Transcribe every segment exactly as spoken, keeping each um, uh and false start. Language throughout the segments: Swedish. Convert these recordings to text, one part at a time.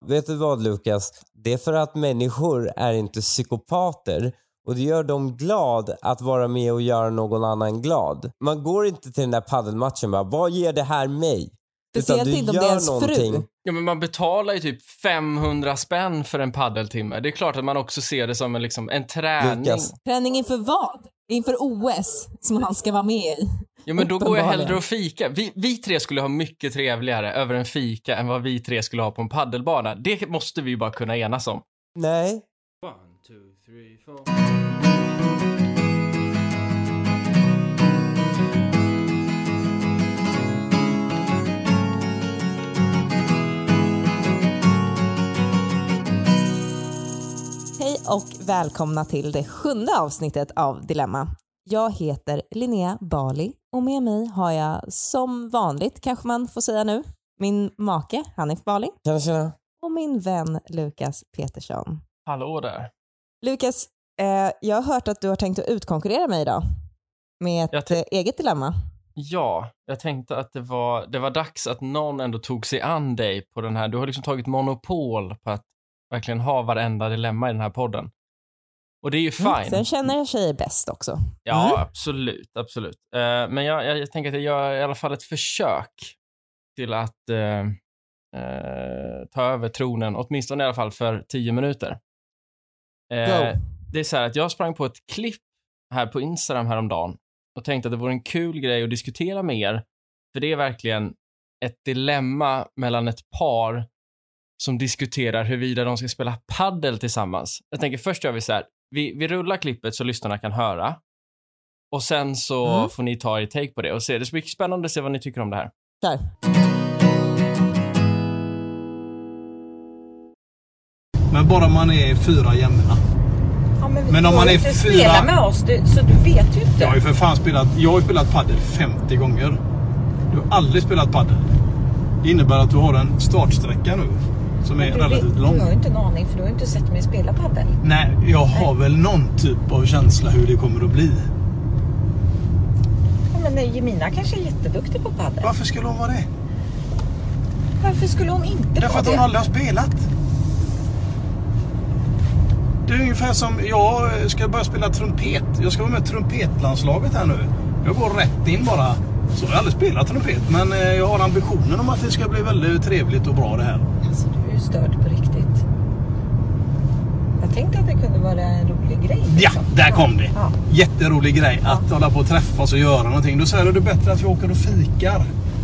vet du vad Lukas? Det är för att människor är inte psykopater. Och det gör dem glad att vara med och göra någon annan glad. Man går inte till den där paddelmatchen och bara, vad ger det här mig? Speciellt inte om det är ens fru. Ja, men man betalar ju typ femhundra spänn för en paddeltimme. Det är klart att man också ser det som en, liksom, en träning. Lukas. Träning inför vad? Inför O S som han ska vara med i. Ja, men då går jag hellre och fika. Vi, vi tre skulle ha mycket trevligare över en fika än vad vi tre skulle ha på en paddelbana. Det måste vi ju bara kunna enas om. Nej. One, two, three, four. Hej och välkomna till det sjunde avsnittet av Dilemma. Jag heter Linnea Bali och med mig har jag som vanligt, kanske man får säga nu, min make Hanif Bali. Kanske. Och min vän Lukas Petersson. Hallå där. Lukas, eh, jag har hört att du har tänkt att utkonkurrera mig idag med ett te- eh, eget dilemma. Ja, jag tänkte att det var, det var dags att någon ändå tog sig an dig på den här. Du har liksom tagit monopol på att verkligen ha varenda dilemma i den här podden. Och det är ju fine. Mm, sen känner jag tjejer bäst också. Ja, Mm. absolut, absolut. Uh, men jag, jag, jag tänker att jag gör i alla fall ett försök till att uh, uh, ta över tronen, åtminstone i alla fall för tio minuter. Uh, det är så här att jag sprang på ett klipp här på Instagram häromdagen och tänkte att det vore en kul grej att diskutera med er. För det är verkligen ett dilemma mellan ett par som diskuterar huruvida de ska spela paddel tillsammans. Jag tänker först gör vi så här. Vi, vi rullar klippet så lyssnarna kan höra. Och sen så mm. får ni ta er take på det. Och se. Det är så mycket spännande att se vad ni tycker om det här. Där. Men bara man är fyra jämna. Ja, men men om man är fyra... spela med oss, du, så du vet ju inte. Jag har ju för fan spelat... Jag har spelat paddel femtio gånger. Du har aldrig spelat paddel. Det innebär att du har en startsträcka nu som är relativt vet, lång. Du har ju inte en aning för du har inte sett mig spela paddel. Nej, jag har Nej. väl någon typ av känsla hur det kommer att bli. Ja, men Jemina kanske är jätteduktig på paddel. Varför skulle hon vara det? Varför skulle hon inte vara det? Därför att hon aldrig har spelat. Det är ungefär som jag ska börja spela trumpet. Jag ska vara med trumpetlandslaget här nu. Jag går rätt in bara. Så jag har aldrig spelat trumpet, men jag har ambitionen om att det ska bli väldigt trevligt och bra det här. Alltså, du är ju störd på riktigt. Jag tänkte att det kunde vara en rolig grej. Liksom. Ja, där kom det. Ja. Jätterolig grej att ja. hålla på och träffas och göra någonting. Då säger du det bättre att vi åker och fikar.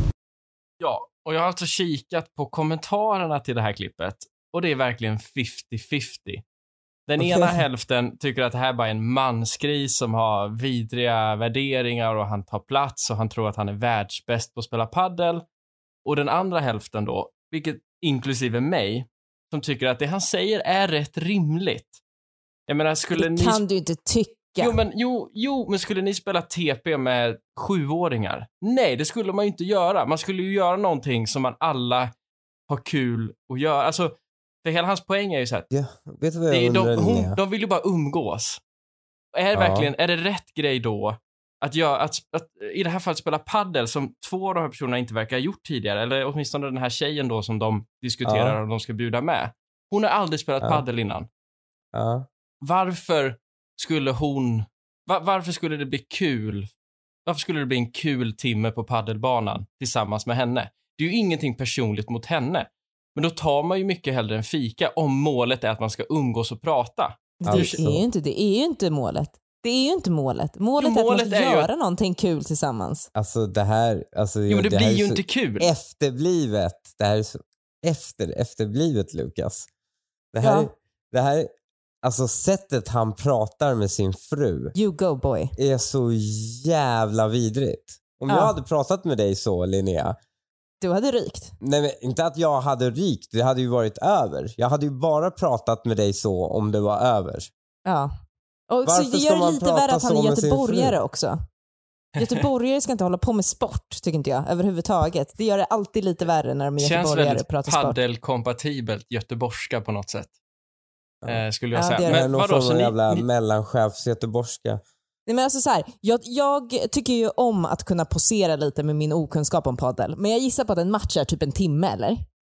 Ja, och jag har alltså kikat på kommentarerna till det här klippet. Och det är verkligen fifty fifty. Den ena hälften tycker att det här bara är en mansgris som har vidriga värderingar och han tar plats och han tror att han är världsbäst på att spela paddel. Och den andra hälften då, vilket inklusive mig, som tycker att det han säger är rätt rimligt. Jag menar, skulle det ni... kan du inte tycka. Jo men, jo, jo, men skulle ni spela T P med sjuåringar? Nej, det skulle man ju inte göra. Man skulle ju göra någonting som man alla har kul att göra. Alltså, för hela hans poäng är ju så här. Ja, vet du vad jag det är undrar, de, hon, de vill ju bara umgås. Är det ja. verkligen, är det rätt grej då att, göra, att, att i det här fallet spela paddel som två av de här personerna inte verkar ha gjort tidigare, eller åtminstone den här tjejen då som de diskuterar ja. om de ska bjuda med. Hon har aldrig spelat ja. paddel innan. Ja. Varför skulle hon var, varför skulle det bli kul? Varför skulle det bli en kul timme på paddelbanan tillsammans med henne? Det är ju ingenting personligt mot henne. Men då tar man ju mycket hellre en fika om målet är att man ska umgås och prata. Det alltså. är ju inte, det är ju inte målet. Det är ju inte målet. Målet, jo, målet är att man ska är göra ju... någonting kul tillsammans. Alltså det här... Alltså, jo, men det, det blir här ju inte kul. Efterblivet. Det här är så efter, efterblivet, Lukas. Det här, ja. det här... Alltså sättet han pratar med sin fru... You go boy. ...är så jävla vidrigt. Om ja. jag hade pratat med dig så, Linnea... Du hade rykt. Nej, men inte att jag hade rykt. Det hade ju varit över. Jag hade ju bara pratat med dig så om det var över. Ja. Och så det gör det lite värre att han är göteborgare också. Göteborgare ska inte hålla på med sport, tycker inte jag, överhuvudtaget. Det gör det alltid lite värre när de är göteborgare och pratar sport. Känns väldigt paddelkompatibelt göteborgska på något sätt. Ja. Eh, skulle jag ja, säga. Det men vadå, så ni... jävla ni... mellanchefs göteborgska. Nej, men alltså så här, jag, jag tycker ju om att kunna posera lite med min okunskap om paddel. Men jag gissar på att en match är typ en timme, eller?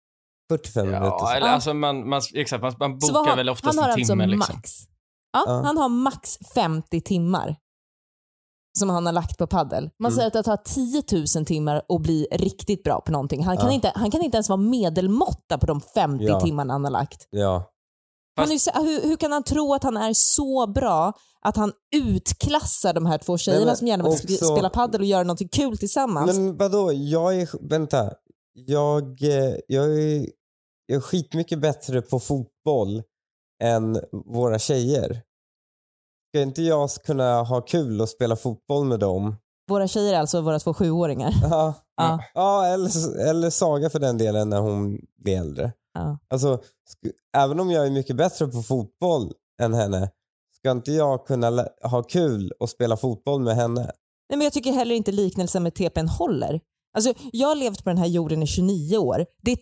fyrtiofem Ja, minuter. eller Ja. alltså man, man, exakt, man, man Så bokar vad har- väl oftast han har en alltså timme. max. Liksom. Ja, Ja. Han har max femtio timmar som han har lagt på paddel. Man Mm. säger att det tar tio tusen timmar att bli riktigt bra på någonting. Han kan, Ja. inte, han kan inte ens vara medelmåtta på de femtio Ja. timmarna han har lagt. Ja. Han är, ju så- hur, hur kan han tro att han är så bra att han utklassar de här två tjejerna Nej, men som gärna vill också- spela paddel och göra något kul tillsammans? Men vadå, jag är, vänta. Jag, eh, jag, är, jag är skitmycket bättre på fotboll än våra tjejer. Ska inte jag kunna ha kul och spela fotboll med dem? Våra tjejer är alltså våra två sjuåringar. Ja, Ja. ja eller, eller Saga för den delen när hon blir äldre. Ja. Alltså, sk- även om jag är mycket bättre på fotboll än henne, ska inte jag kunna lä- ha kul och spela fotboll med henne? Nej, men jag tycker heller inte liknelsen med T P N håller. Alltså, jag har levt på den här jorden i tjugonio år. Det är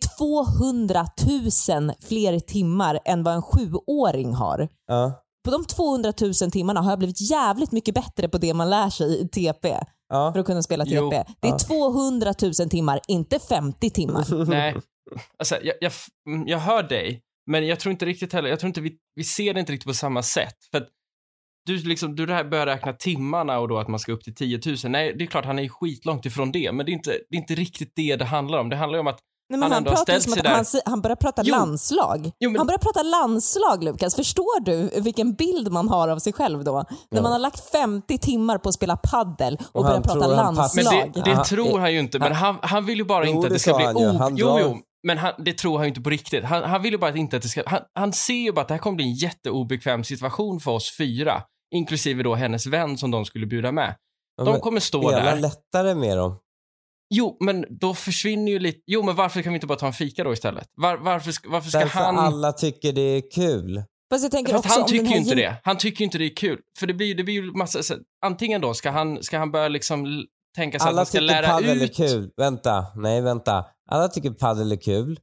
tvåhundratusen fler timmar än vad en sjuåring har. Ja, På de tvåhundratusen timmarna har jag blivit jävligt mycket bättre på det man lär sig i T P ja. för att kunna spela T P. Jo. Det är Ja. tvåhundratusen timmar, inte femtio timmar. Nej, alltså, jag, jag, jag hör dig, men jag tror inte riktigt heller, jag tror inte vi, vi ser det inte riktigt på samma sätt. För att du, liksom, du där börjar räkna timmarna och då att man ska upp till tio tusen. Nej, det är klart han är skitlångt ifrån det, men det är inte, det är inte riktigt det det handlar om. Det handlar ju om att Nej, men han han, ändå har pratar ju ställt som sig att där. han, si- han börjar prata Jo. landslag. Jo, men- Han börjar prata landslag, Lukas. Förstår du vilken bild man har av sig själv då? När man har lagt femtio timmar på att spela paddel och, Och börjar han prata tror han landslag. Men det, det Aha. tror han ju inte, men han, han vill ju bara Jo, inte att det det ska sa bli han ju. o... Han Jo, drar- jo, men han, det tror han ju inte på riktigt. Han, han vill ju bara att inte att det ska... Han, han ser ju bara att det här kommer bli en jätteobekväm situation för oss fyra, inklusive då hennes vän som de skulle bjuda med. Ja, De men kommer stå spela där. lättare med dem. Jo, men då försvinner ju lite... Jo, men varför kan vi inte bara ta en fika då istället? Var, varför ska, varför ska Därför han... alla tycker det är kul. Fast jag tänker Fast också han om den tycker här ju inte gem- det. Han tycker ju inte det är kul. För det blir, det blir ju massa... Så, antingen då ska han, ska han börja liksom l- tänka sig att Alla han ska tycker lära paddel är ut... kul. Vänta, nej vänta. Alla tycker paddel är kul.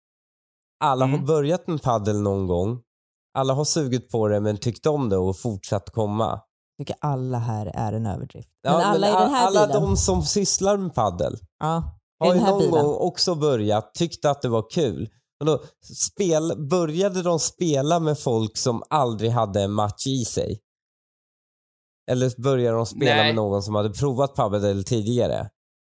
Alla Mm. har börjat med paddel någon gång. Alla har sugit på det men tyckt om det och fortsatt komma. Jag tycker alla här är en överdrift. Ja, Men alla i den här alla bilen. de som sysslar med paddel Ja, i har den ju här någon bilen. gång också börjat, tyckte att det var kul. Men då spel, började de spela med folk som aldrig hade en match i sig? Eller började de spela Nej. med någon som hade provat paddel tidigare?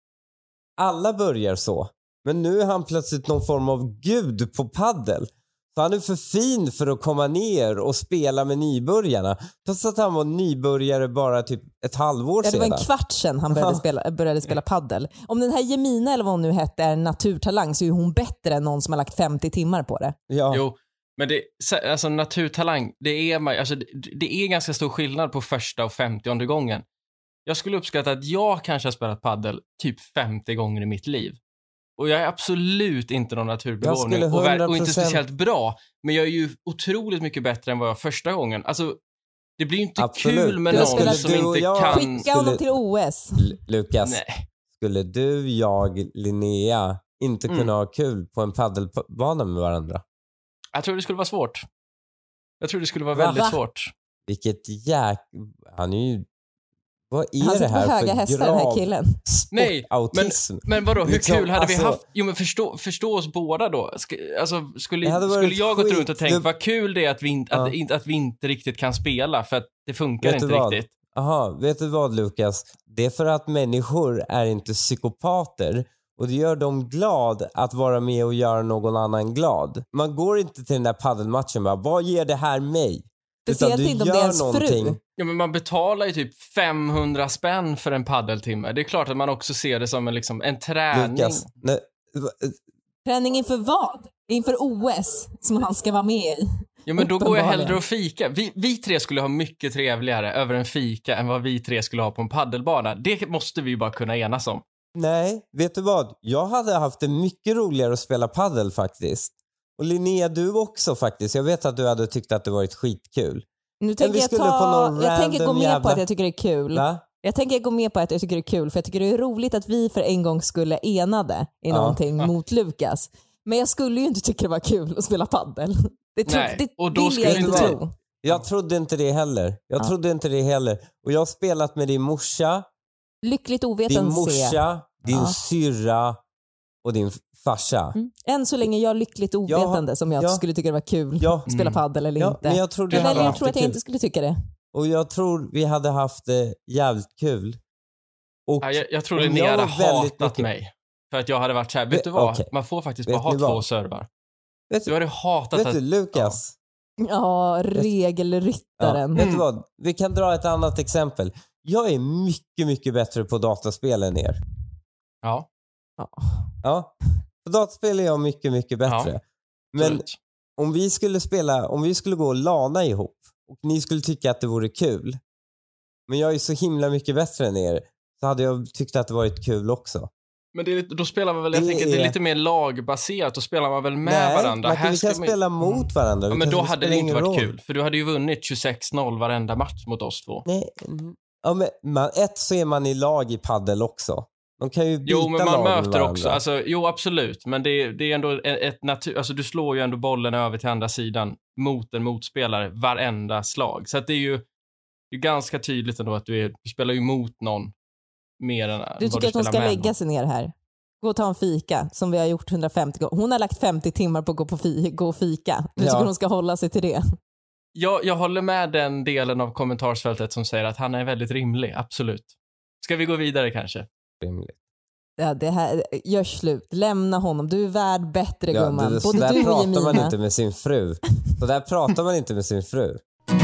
Alla börjar så. Men nu är han plötsligt någon form av gud på paddel. Så han är för fin för att komma ner och spela med nybörjarna. Trots att han var nybörjare bara typ ett halvår Ja, det var sedan. en kvart sedan han började Ja. spela, började spela paddel. Om den här Jemina eller vad hon nu hette är en naturtalang så är hon bättre än någon som har lagt femtio timmar på det. Ja. Jo, men det, så- alltså naturtalang, det är, man- alltså, det, det är ganska stor skillnad på första och femtionde gången. Jag skulle uppskatta att jag kanske har spelat paddel typ femtio gånger i mitt liv. Och jag är absolut inte någon Jag naturbegåvning skulle och, ver- och inte hundra procent speciellt bra. Men jag är ju otroligt mycket bättre än vad jag var första gången. Alltså, det blir ju inte Absolut. kul med Du har någon spelat- som du och inte jag- kan... Skicka honom till O S. L- Lukas, Nej. skulle du, jag, Linnea inte Mm. kunna ha kul på en paddelbana med varandra? Jag tror det skulle vara svårt. Jag tror det skulle vara Va? väldigt Va? svårt. Vilket jäk... Han är ju... Vad är Han det sitter på här höga för hästar den här grav killen. Nej, autism? Men vadå, hur Liksom, kul hade vi alltså- haft? Jo men förstå, förstå oss båda då. Sk alltså, skulle, Det hade varit skulle jag gått skit. runt och tänkt Du- vad kul det är att vi, inte, Ja. att, inte, att vi inte riktigt kan spela för att det funkar Vet du inte vad? riktigt. Aha, vet du vad Lukas? Det är för att människor är inte psykopater och det gör dem glad att vara med och göra någon annan glad. Man går inte till den där paddelmatchen och bara, vad ger det här mig? Speciellt Utan du inte om det är gör ens någonting. fru. Ja, men man betalar ju typ femhundra spänn för en paddeltimme. Det är klart att man också ser det som en, liksom, en träning. Lukas, nej, Träning inför vad? Inför O S som han ska vara med i. Ja, men då går jag Uppenbarligen. hellre och fika. Vi, vi tre skulle ha mycket trevligare över en fika än vad vi tre skulle ha på en paddelbana. Det måste vi ju bara kunna enas om. nej, vet du vad? Jag hade haft det mycket roligare att spela paddel faktiskt. Och Linnea, du också faktiskt. Jag vet att du hade tyckt att det varit skitkul. Nu tänker vi jag, skulle ta, på någon jag tänker gå random med på jävla- att jag tycker det är kul. Va? Jag tänker gå med på att jag tycker det är kul för jag tycker det är roligt att vi för en gång skulle enade i Ja. någonting mot Lukas. Men jag skulle ju inte tycka det var kul att spela paddel. Det, tro, Nej, det och då vill skulle jag det inte vara- tro. Jag trodde inte det heller. Jag Ja. trodde inte det heller. Och jag har spelat med din morsa, Lyckligt din ovetande se. morsa, din Ja. syrra och din farsa. Mm. Än så länge jag är lyckligt ovetande Ja, som jag ja. skulle tycka det var kul Ja. att spela paddel eller Ja, inte. men jag tror du Eller hade jag haft tror det att jag kul. inte skulle tycka det. Och jag tror vi hade haft det jävligt kul. Och Ja, jag, jag tror om Linnea jag hade var väldigt hatat mycket- mig. För att jag hade varit så här, vet du vad? Okej. Man får faktiskt Vet bara ha ni två vad? servar. Vet Du du, hade hatat vet att... du Lukas? Ja, regelryttaren. Vet du vad? Vi kan dra ett annat exempel. Jag är mycket, mycket bättre på dataspel än er. Ja, Ja. På dataspel är jag mycket, mycket bättre. Ja, Men absolut. om vi skulle spela, om vi skulle gå och lana ihop och ni skulle tycka att det vore kul, men jag är så himla mycket bättre än er, så hade jag tyckt att det varit kul också. Men det är, lite- då spelar man väl, jag Det tänker det är- är lite mer lagbaserat. Då spelar man väl med Nej, varandra. man kan, vi kan ska man- spela mot varandra. Ja, Vi men kan- då det hade det spelar inte ingen varit roll. kul. För du hade ju vunnit tjugosex noll varenda match mot oss två. Nej, mm. ja, men man, ett så är man i lag i paddel också. De kan ju byta Jo, men man lag med möter varandra. också. Alltså, jo, absolut. Men det är, det är ändå ett, ett natur... Alltså, du slår ju ändå bollen över till andra sidan mot en motspelare varenda slag. Så att det är ju det är ganska tydligt ändå att du, är, du spelar ju mot någon mer än Du vad tycker att hon spelar ska med lägga någon. sig ner här? Gå och ta en fika som vi har gjort hundrafemtio gånger. Hon har lagt femtio timmar på att gå, på fi- gå och fika. Du tycker Ja. hon ska hålla sig till det? Jag, jag håller med den delen av kommentarsfältet som säger att han är väldigt rimlig. Absolut. Ska vi gå vidare kanske? Rimligt. Ja, det här, gör slut. Lämna honom. Du är värd bättre, Ja, gumman. det, så Både där du och pratar man Jemina. inte med sin fru. Så där pratar man inte med sin fru.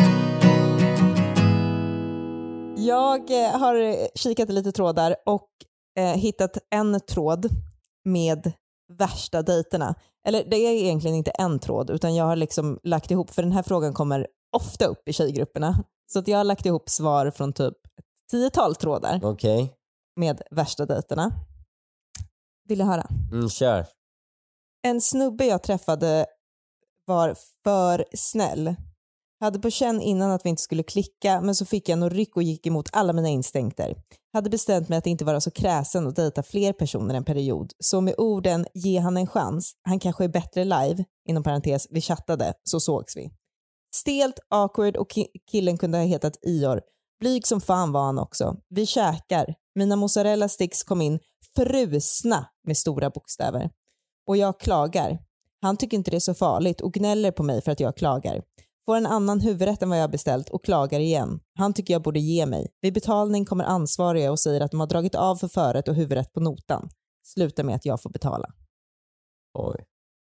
Jag eh, har kikat i lite trådar och eh, hittat en tråd med värsta dejterna. Eller det är egentligen inte en tråd utan jag har liksom lagt ihop, för den här frågan kommer ofta upp i tjejgrupperna. Så att jag har lagt ihop svar från typ ett tiotal trådar Okej, med värsta dejterna. Vill du höra? mm, kör. En snubbe jag träffade var för snäll. Hade på känn innan att vi inte skulle klicka, men så fick jag en ryck och gick emot alla mina instinkter. Hade bestämt mig att inte vara så kräsen och dejta fler personer en period. Så med orden ge han en chans, han kanske är bättre live, inom parentes, vi chattade, så sågs vi. Stelt, awkward och ki- killen kunde ha hetat Ior. Blyg som fan var han också. Vi käkar. Mina mozzarella sticks kom in frusna med stora bokstäver. Och jag klagar. Han tycker inte det är så farligt och gnäller på mig för att jag klagar. Får en annan huvudrätt än vad jag beställt och klagar igen. Han tycker jag borde ge mig. Vid betalning kommer ansvariga och säger att de har dragit av för förrätt och huvudrätt på notan. Slutar med att jag får betala. Oj.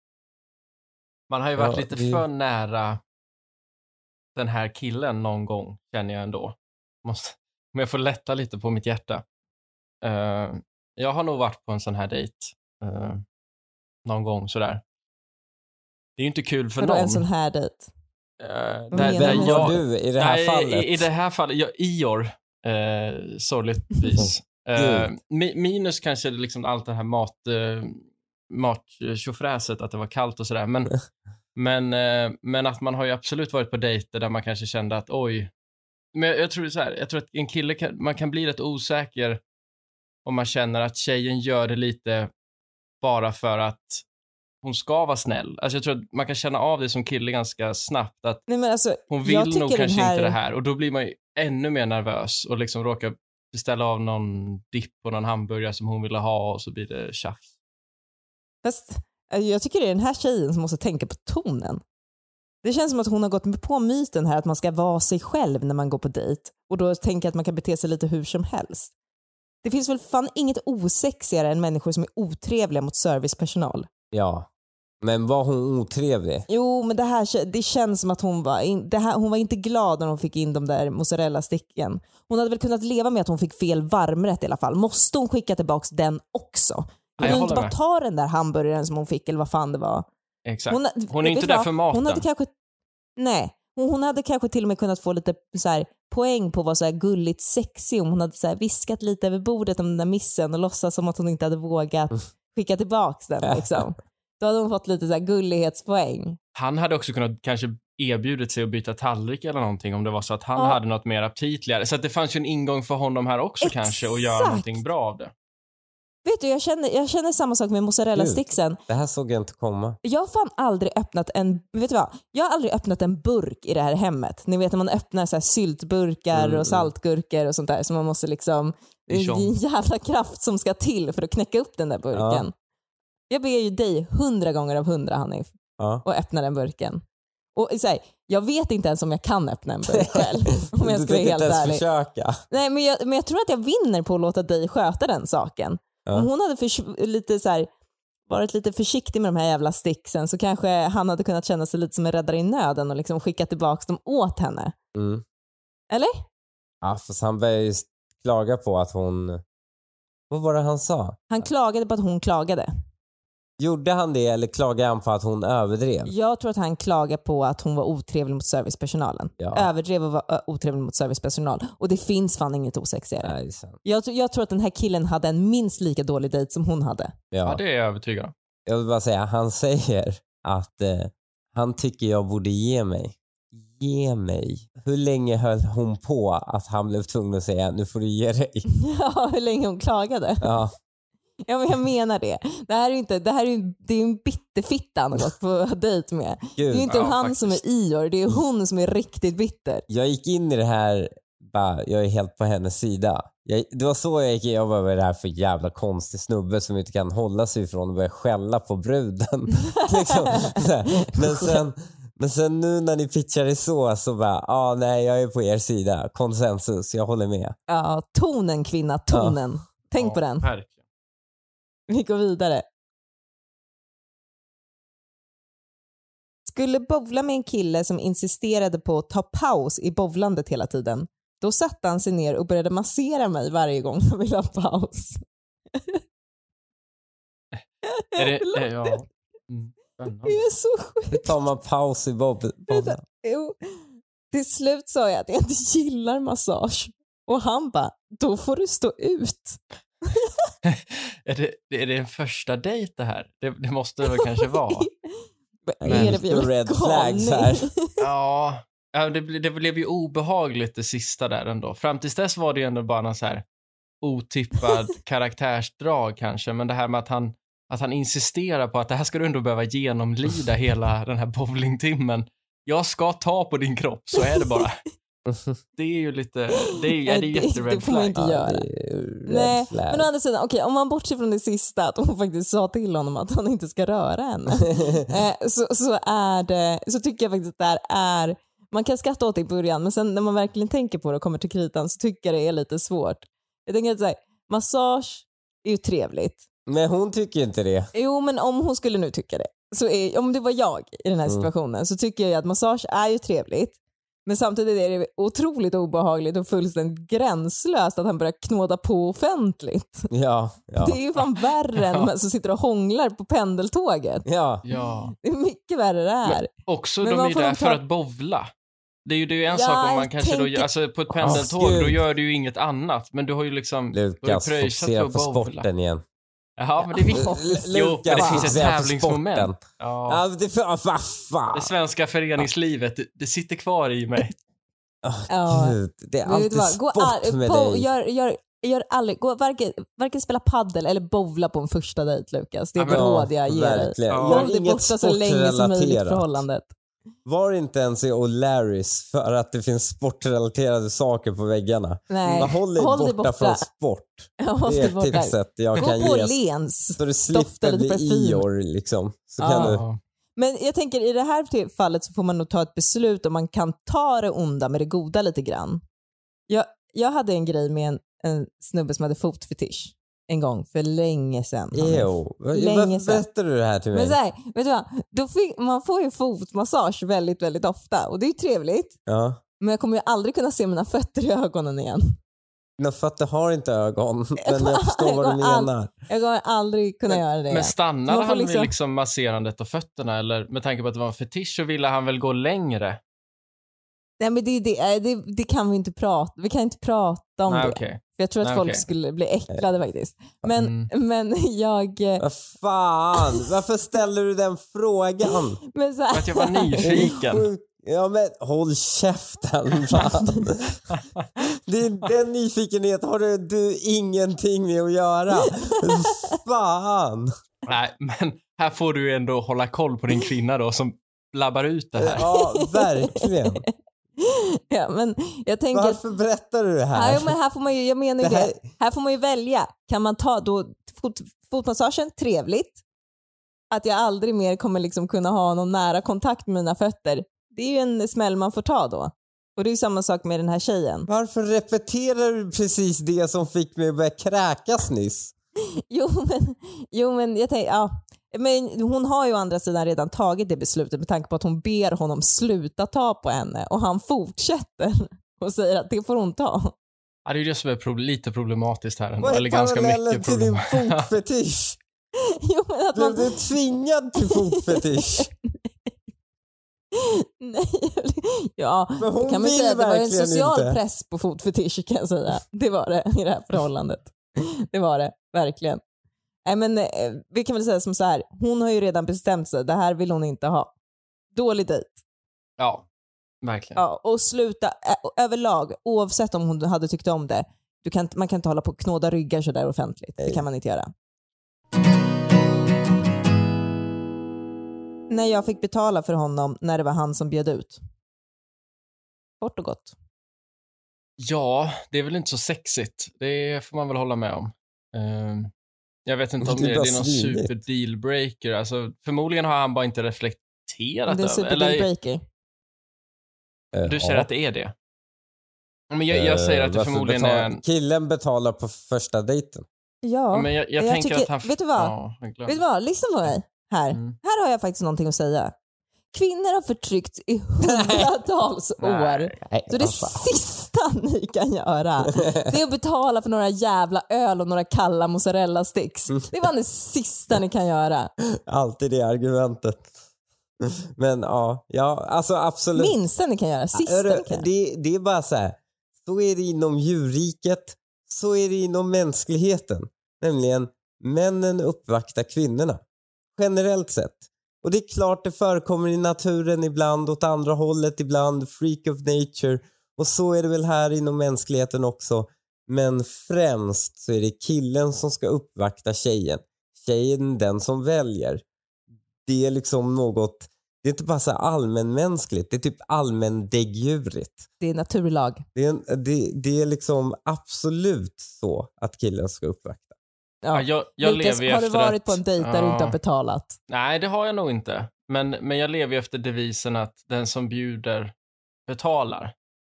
Man har ju varit Ja, lite vi- för nära den här killen någon gång, känner jag ändå. Måste, om jag får lätta lite på mitt hjärta. Uh, jag har nog varit på en sån här dejt uh, någon gång sådär. Det är ju inte kul för Vadå någon. en sån här dejt? Uh, Vad där, menar där du? Vem jag, var du i det här nej, fallet? I, I det här fallet, jag, Ior, uh, sorgligtvis. Uh, mi, minus kanske liksom allt det här mat, uh, mat-tjofräset, att det var kallt och sådär. Men, men, uh, men att man har ju absolut varit på dejter där man kanske kände att oj. Men jag, jag tror det är så här, jag tror att en kille kan, man kan bli rätt osäker om man känner att tjejen gör det lite bara för att hon ska vara snäll. Alltså jag tror att man kan känna av det som kille ganska snabbt att Nej, men alltså, hon jag vill nog tycker kanske den här- inte det här och då blir man ju ännu mer nervös och liksom råkar beställa av någon dipp och någon hamburgare som hon ville ha och så blir det tjafs. Fast eh, jag tycker det är den här tjejen som måste tänka på tonen. Det känns som att hon har gått med på myten här att man ska vara sig själv när man går på dejt och då tänker att man kan bete sig lite hur som helst. Det finns väl fan inget osexigare än människor som är otrevliga mot servicepersonal. Ja. Men var hon otrevlig? Jo, men det här det känns som att hon var, in, det här, hon var inte glad när hon fick in de där mozzarella-sticken. Hon hade väl kunnat leva med att hon fick fel varmrätt i alla fall. Måste hon skicka tillbaka den också? Hon jag kan inte håller bara med. ta den där hamburgaren som hon fick eller vad fan det var. Exakt. Hon, Hon är vet inte du där vad? för maten. Hon hade kanske, nej, hon, hon hade kanske till och med kunnat få lite så här, poäng på att vara så här gulligt sexig om hon hade så här viskat lite över bordet om den där missen och låtsas som att hon inte hade vågat skicka tillbaka den. Liksom. Då hade hon fått lite så här gullighetspoäng. Han hade också kunnat kanske erbjudit sig att byta tallrik eller någonting om det var så att han Ja. hade något mer aptitligare. Så att det fanns ju en ingång för honom här också Exakt. kanske och göra någonting bra av det. Vet du, jag känner, jag känner samma sak med mozzarella-sticksen. Det här såg jag inte komma. Jag har fan aldrig öppnat en, vet du vad? Jag har aldrig öppnat en burk i det här hemmet. Ni vet när man öppnar så här syltburkar Mm, och saltgurkor och sånt där så man måste liksom, det är Dijon. en jävla kraft som ska till för att knäcka upp den där burken. Jag ber ju dig hundra gånger av hundra, Hanif, Ja. och öppna den burken. Och så här, jag vet inte ens om jag kan öppna en burk själv. Om jag Du ska vara tänker helt inte ens ärlig. försöka. Nej, men jag, men jag tror att jag vinner på att låta dig sköta den saken. Ja. Om hon hade för, lite så här, varit lite försiktig med de här jävla sticksen så kanske han hade kunnat känna sig lite som en räddare i nöden och liksom skicka tillbaka dem åt henne. Mm. Eller? Ja, fast han började ju klaga på att hon... Vad var det han sa? Han klagade på att hon klagade. Gjorde han det eller klagade han på att hon överdrev? Jag tror att han klagade på att hon var otrevlig mot servicepersonalen. Ja. Överdrev och var ö, otrevlig mot servicepersonal. Och det finns fan inget osexigare. Nej, det är sant. Jag, tr- jag tror att den här killen hade en minst lika dålig dejt som hon hade. Ja, Ja. det är jag övertygad om. Jag vill bara säga, han säger att eh, han tycker jag borde ge mig. Ge mig. Hur länge höll hon på att han blev tvungen att säga nu får du ge dig? Ja, hur länge hon klagade. Ja, Ja, men jag menar det. Det här är ju inte, det här är ju, det är ju en bitterfitta han har gått på dejt med. Det är ju gud. inte Ja, han faktiskt. som är Ior, det är hon som är riktigt bitter. Jag gick in i det här, bara, jag är helt på hennes sida. Jag, det var så jag gick in, jag bara, vad är det här för jävla konstig snubbe som inte kan hålla sig ifrån och börja skälla på bruden. liksom, så här. men, sen, men sen nu när ni pitchar det så, så bara, ah, nej jag är på er sida. Konsensus, jag håller med. Ja, tonen kvinna, tonen. Tänk Ja, på den. verkligen. Vi går vidare. Skulle bowla med en kille som insisterade på att ta paus i bowlandet hela tiden. Då satte han sig ner och började massera mig varje gång jag ville ha paus. Är det, Förlåt, är, ja. Mm, det spännande. är så sjukt. Hur tar man paus i bob? bob? Jo. Till slut sa jag att jag inte gillar massage. Och han bara, då får du stå ut. är, det, är det en första dejt det här? Det, det måste det väl kanske vara. Men, Men är det för jävla red galning? flags här. Ja, ja det, ble- det blev ju obehagligt det sista där ändå. Fram tills dess var det ju ändå bara någon så här otippad karaktärsdrag kanske. Men det här med att han, att han insisterar på att det här ska du ändå behöva genomlida hela den här bowlingtimmen. Jag ska ta på din kropp, så är det bara. Det är ju lite, det är, ja, det är Det- jättered det får man flag. inte Ja, göra. det är red Nej, flag. men å andra sidan, okej, om man bortser från det sista, att hon faktiskt sa till honom att han inte ska röra henne, eh, så, så, är det, så tycker jag faktiskt att det här är, man kan skratta åt det i början, men sen när man verkligen tänker på det och kommer till kritan så tycker jag det är lite svårt. Jag tänker att så här, massage är ju trevligt. Men hon tycker inte det. Jo, men om hon skulle nu tycka det, så är, om det var jag i den här Mm. situationen, så tycker jag att massage är ju trevligt. Men samtidigt är det otroligt obehagligt och fullständigt gränslöst att han börjar knåda på offentligt. Ja, ja. Det är ju fan värre än Ja. de som sitter och hånglar på pendeltåget. ja. Ja. Det är mycket värre det här. Också, Men de man är ju får där nog för ta- att bovla. Det är ju det är ju en Ja, sak om man jag kanske då, tänker- alltså på ett Ah, pendeltåg, gud. då gör du ju inget annat. Men du har ju liksom, du har ju Lukas, pröjsat fokusera för på att bovla. sporten igen. Jaha, men det är viktigt. L- Jo, men det Lukas, finns ett fokusera på tävlingsmoment. sporten. Ja. Ja, det, vad fan. Det svenska föreningslivet, det, det sitter kvar i mig. Ja. Gud, det är Men vet alltid du vad? Gå sport all, med bo, dig. gör, gör, gör aldrig, gå, varken, varken spela paddel eller bowla på en första dejt, Lukas. Det är Ja, ett men- råd jag ger dig. Verkligen. Ja. Gör Håll dig inget borta så länge som möjligt i sportrelaterat. förhållandet. Var inte ens i O'Larrys för att det finns sportrelaterade saker på väggarna. Nej, Bara håll dig håll dig borta, borta. från sport. Håll Det dig är borta. tipset jag Gå kan på ge. Lens. Så du Dofta slipper lite bli parfym. Ior liksom. Så Ja. kan du... Ja. Men jag tänker i det här fallet så får man nog ta ett beslut om man kan ta det onda med det goda lite grann. Jag, jag hade en grej med en, en snubbe som hade fotfetisch en gång för länge sedan. Jo. Länge Varför sedan. berättar du det här till mig? Men så här, vet du vad? Då fick, man får ju fotmassage väldigt, väldigt ofta och det är ju trevligt. Ja. Men jag kommer ju aldrig kunna se mina fötter i ögonen igen. Mina fötter har inte ögon, men jag förstår vad du Jag går all- menar. Jag kommer aldrig kunna göra det. Men stannade Man får han liksom- vid liksom masserandet av fötterna? Eller med tanke på att det var en fetisch så ville han väl gå längre? Nej, men det, det, det, det kan vi inte prata Vi kan inte prata om Nej, det. okej. För jag tror att Nej, folk okej. skulle bli äcklade faktiskt. Men, Mm. men jag... eh, Vad fan, varför ställer du den frågan? Men så För här, att jag var nyfiken. Sjuk- Ja men håll käften fan. Det är, den nyfikenhet har du, du ingenting med att göra. Fan. Nej, men här får du ändå hålla koll på din kvinna då som labbar ut det här. Ja, verkligen. ja, men jag tänker... Varför berättar du det här? Ja, men här får man ju, jag menar ju Det det, här- här... får man ju välja. Kan man ta då fot, fotmassagen, trevligt. att jag aldrig mer kommer liksom kunna ha någon nära kontakt med mina fötter. Det är ju en smäll man får ta då. Och det är ju samma sak med den här tjejen. Varför repeterar du precis det som fick mig att börja kräkas nyss? Jo men, jo, men jag tänker, ja. Men hon har ju å andra sidan redan tagit det beslutet med tanke på att hon ber honom sluta ta på henne. Och han fortsätter och säger att det får hon ta. Ja, det är ju det som är pro- lite problematiskt här. Vad är Eller ganska mycket till din problem. fotfetisch? Jo, men att Blev man... du tvingad till fotfetisch? Nej, ja, Men hon det kan man vill säga. Det var en verkligen social inte. press på fotfetisch kan jag säga. Det var det i det här förhållandet. Det var det, verkligen. Nej, men eh, vi kan väl säga som så här. Hon har ju redan bestämt sig. Det här vill hon inte ha. Dålig dejt. Ja, verkligen. Ja, och sluta äh, överlag, oavsett om hon hade tyckt om det. Du kan, man kan inte hålla på och knåda ryggar så där offentligt. Det kan man inte göra. När jag fick betala för honom när det var han som bjöd ut. Kort och gott. Ja, det är väl inte så sexigt. Det får man väl hålla med om. Uh, jag vet inte om det, det är någon super dealbreaker. Alltså, förmodligen har han bara inte reflekterat det är över. super Eller, dealbreaker. du säger att det är det. Men jag, jag säger att det Varför förmodligen betalar... är en... Killen betalar på första dejten. Ja, Men jag, jag, jag tänker tycker, att han... vet du vad? Ja, jag glömde. Vet du vad? Lyssna på mig. Här. Mm. Här har jag faktiskt någonting att säga. Kvinnor har förtryckts i hundratals år. Nej, Så det sista ni kan göra, det är att betala för några jävla öl och några kalla mozzarella sticks. Det var det sista ni kan göra. Alltid det argumentet. Men ja, ja alltså absolut. Minsta ni kan göra, sista Hörru, ni kan göra. det, det är bara så här. Så är det inom djurriket, så är det inom mänskligheten. Nämligen, männen uppvaktar kvinnorna. Generellt sett. Och det är klart det förekommer i naturen ibland, åt andra hållet ibland, freak of nature. Och så är det väl här inom mänskligheten också. Men främst så är det killen som ska uppvakta tjejen. Tjejen den som väljer. Det är liksom något, det är inte bara så här allmänmänskligt, det är typ allmändäggdjurigt. Det är naturlag. Det är, en, det, det är liksom absolut så att killen ska uppvakta. Ja, jag, jag Lukas, lever ju har du efter varit att, på en dejt där ja. du inte har betalat? Nej, det har jag nog inte. Men, men jag lever ju efter devisen att den som bjuder betalar.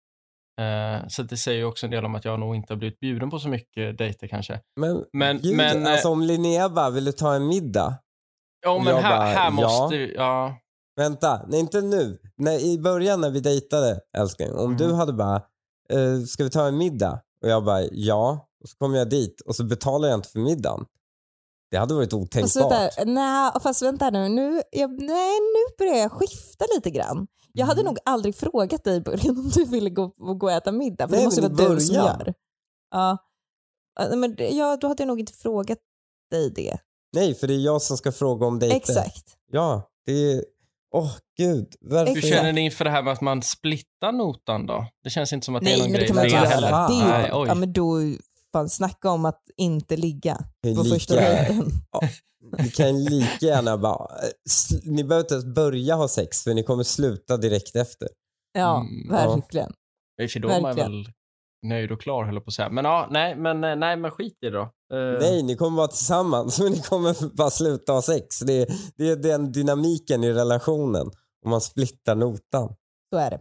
Eh, så det säger ju också en del om att jag nog inte har blivit bjuden på så mycket dejter kanske. Men, Men- gud, men, alltså om Linnea bara, vill du ta en middag? Ja, men Jag här, bara, här ja. måste vi... Ja. Vänta, nej inte nu. När, i början när vi dejtade, älskling. Om Mm. du hade bara, eh, ska vi ta en middag? Och jag bara, ja. Och så kommer jag dit och så betalar jag inte för middagen. Det hade varit Fast otänkbart. vänta, nej, fast vänta nu. Nu, jag, nej, nu börjar jag skifta lite grann. Jag hade Mm. nog aldrig frågat dig i början om du ville gå, gå och äta middag. För Nej, det måste men vara i du som början. gör. Ja. Ja, men, ja, då hade jag nog inte frågat dig det. Nej, för det är jag som ska fråga om dejter. Exakt. Ja, det är... Åh, oh, gud. Varför? Hur Exakt. känner ni inför det här med att man splittar notan då? Det känns inte som att det är Nej, någon men det grej kan man för inte er göra. heller. Det är Nej, ju, oj. ja, men då, fan, snacka om att inte ligga Det är på lika- första dejten. Ja, ni kan lika gärna bara... sl- Ni behöver inte ens börja ha sex för ni kommer sluta direkt efter. Ja, Mm, verkligen. För då är man Verkligen. väl nöjd och klar, höll jag på att säga. Men ja, nej, men, nej, men skit i det då. Eh, Nej, ni kommer vara tillsammans men ni kommer bara sluta ha sex. Det är, det är den dynamiken i relationen. Om man splittar notan. Så är det.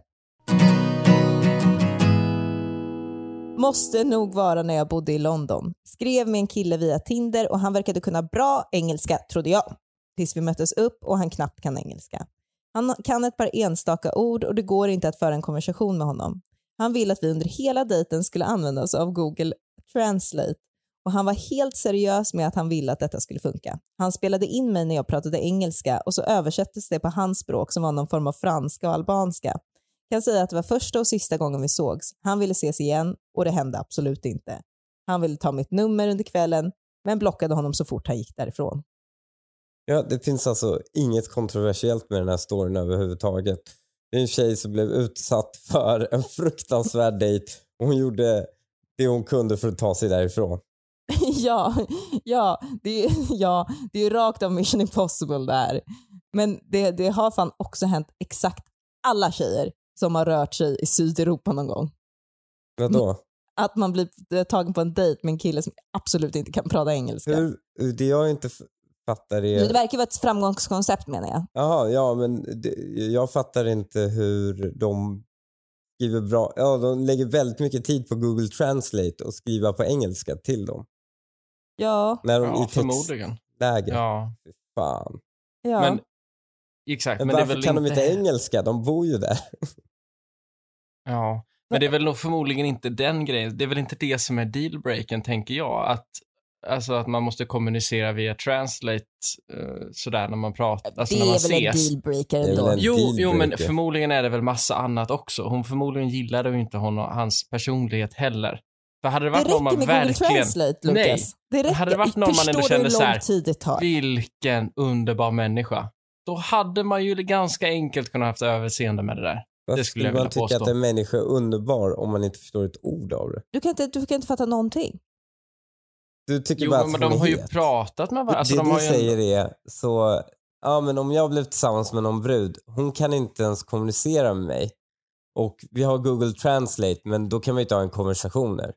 Måste nog vara när jag bodde i London. Skrev med en kille via Tinder och han verkade kunna bra engelska, trodde jag. Tills vi möttes upp och han knappt kan engelska. Han kan ett par enstaka ord och det går inte att föra en konversation med honom. Han vill att vi under hela dejten skulle använda oss av Google Translate. Och han var helt seriös med att han ville att detta skulle funka. Han spelade in mig när jag pratade engelska och så översattes det på hans språk som var någon form av franska och albanska. Jag kan säga att det var första och sista gången vi sågs. Han ville ses igen och det hände absolut inte. Han ville ta mitt nummer under kvällen men blockade honom så fort han gick därifrån. Ja, det finns alltså inget kontroversiellt med den här storyn överhuvudtaget. Det är en tjej som blev utsatt för en fruktansvärd dejt och hon gjorde det hon kunde för att ta sig därifrån. ja, ja, det är, ja, det är ju rakt av Mission Impossible där. Men det, det har fan också hänt exakt alla tjejer som har rört sig i Sydeuropa någon gång. Vadå? Att man blir tagen på en dejt med en kille som absolut inte kan prata engelska. Hur, det har ju inte f- fattar det. Så det verkar vara ett framgångskoncept menar jag. Jaha, ja men det, jag fattar inte hur de skriver bra. Ja, de lägger väldigt mycket tid på Google Translate och skriva på engelska till dem. Ja. När de Ja, i förmodligen. textläge. Ja. Fan. ja. Men, exakt. Men, Men, det är varför väl kan inte... de inte engelska? De bor ju där. Ja, men det är väl nog förmodligen inte den grejen. Det är väl inte det som är dealbreaken, tänker jag. Att, alltså att man måste kommunicera via Translate uh, sådär när man pratar. Alltså det när man är väl en ses. dealbreaker Det är ändå. väl en Jo, jo, men dealbreaker. förmodligen är det väl massa annat också. Hon förmodligen gillade ju inte honom, hans personlighet heller. För hade det Det varit någon räcker man med Google verkligen... Translate, Lucas. Nej. Det räcker. Hade det varit någon man Förstår ändå du kände hur så lång här, tid det tar? vilken underbar människa. Då hade man ju ganska enkelt kunnat haft överseende med det där. Varför Det skulle jag man vilja tycka påstå. att en människa är underbar om man inte förstår ett ord av det? Du kan inte, du kan inte fatta någonting. Du tycker Jo, bara men att de hon är har ju het. pratat med varandra. Alltså, det de du har ju säger ändå... är så, ja men om jag blev tillsammans med någon brud, hon kan inte ens kommunicera med mig. Och vi har Google Translate, men då kan man ju inte ha en konversation där.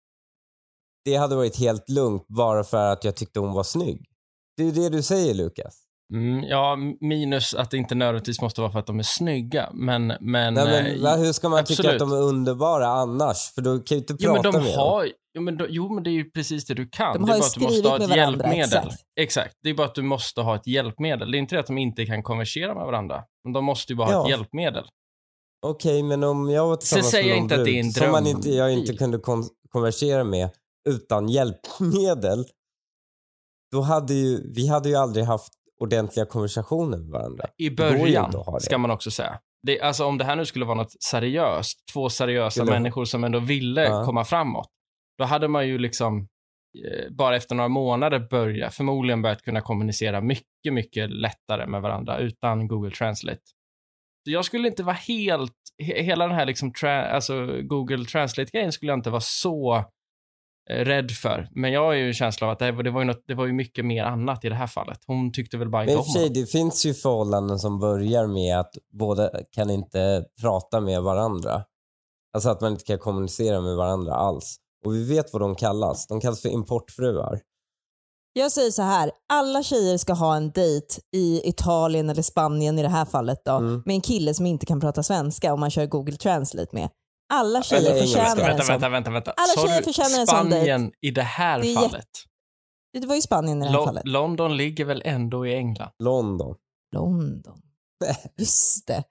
Det hade varit helt lugnt bara för att jag tyckte hon var snygg. Det är ju det du säger, Lukas. Mm, ja, minus att det inte nödvändigtvis måste vara för att de är snygga. Men, men, Nej, men eh, va, hur ska man tycka absolut. att de är underbara annars? För då kan ju inte Jo, men prata de med har, jo, men då, jo, men det är ju precis det du kan. De det har är ju bara att du måste ha skrivit ett med varandra, hjälpmedel. exakt. Exakt. Det är bara att du måste ha ett hjälpmedel. Det är inte det att de inte kan konversera med varandra. Men de måste ju bara ha Ja. ett hjälpmedel. Okej, men om jag var tillsammans säger med jag någon inte att det är brud en som man dröm. inte, jag inte kunde kon- konversera med utan hjälpmedel, då hade ju, vi hade ju aldrig haft ordentliga konversationer med varandra. I Det går ju början, inte att ha det. ska man också säga. Det, alltså om det här nu skulle vara något seriöst, två seriösa Skulle- människor som ändå ville Ja. komma framåt, då hade man ju liksom eh, bara efter några månader börja, förmodligen börjat kunna kommunicera mycket, mycket lättare med varandra utan Google Translate. Så jag skulle inte vara helt, he, hela den här liksom tra, alltså Google Translate-grejen skulle jag inte vara så eh, rädd för. Men jag har ju en känsla av att det, var- det, var ju något, det var ju mycket mer annat i det här fallet. Hon tyckte väl bara Men inte i om och för sig, honom. det finns ju förhållanden som börjar med att båda kan inte prata med varandra. Alltså att man inte kan kommunicera med varandra alls. Och vi vet vad de kallas. De kallas för importfruar. Jag säger så här, alla tjejer ska ha en dejt i Italien eller Spanien i det här fallet då, Mm. med en kille som inte kan prata svenska om man kör Google Translate med. Alla Eller tjejer engelska. förtjänar en Vänta, sån. vänta, vänta, vänta. Alla Sa tjejer du förtjänar en sån Spanien i det här Det är fallet? Det var ju Spanien i det här Lo- fallet. London ligger väl ändå i England? London. London. Just det.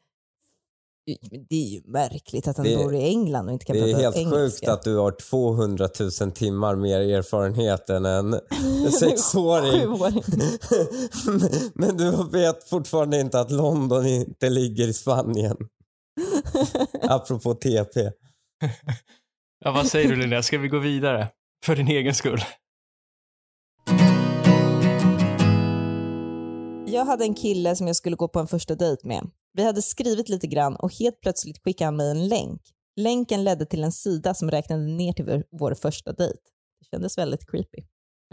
Det är ju märkligt att han Det- bor i England och inte kan Det är prata helt engelska. sjukt att du har tvåhundratusen timmar mer erfarenhet än en sexåring. Sjuåring. Men du vet fortfarande inte att London inte ligger i Spanien. Apropå T P. Ja, vad säger du, Linnea? Ska vi gå vidare? För din egen skull. Jag hade en kille som jag skulle gå på en första dejt med. Vi hade skrivit lite grann och helt plötsligt skickade han mig en länk. Länken ledde till en sida som räknade ner till vår, vår första dejt. Det kändes väldigt creepy.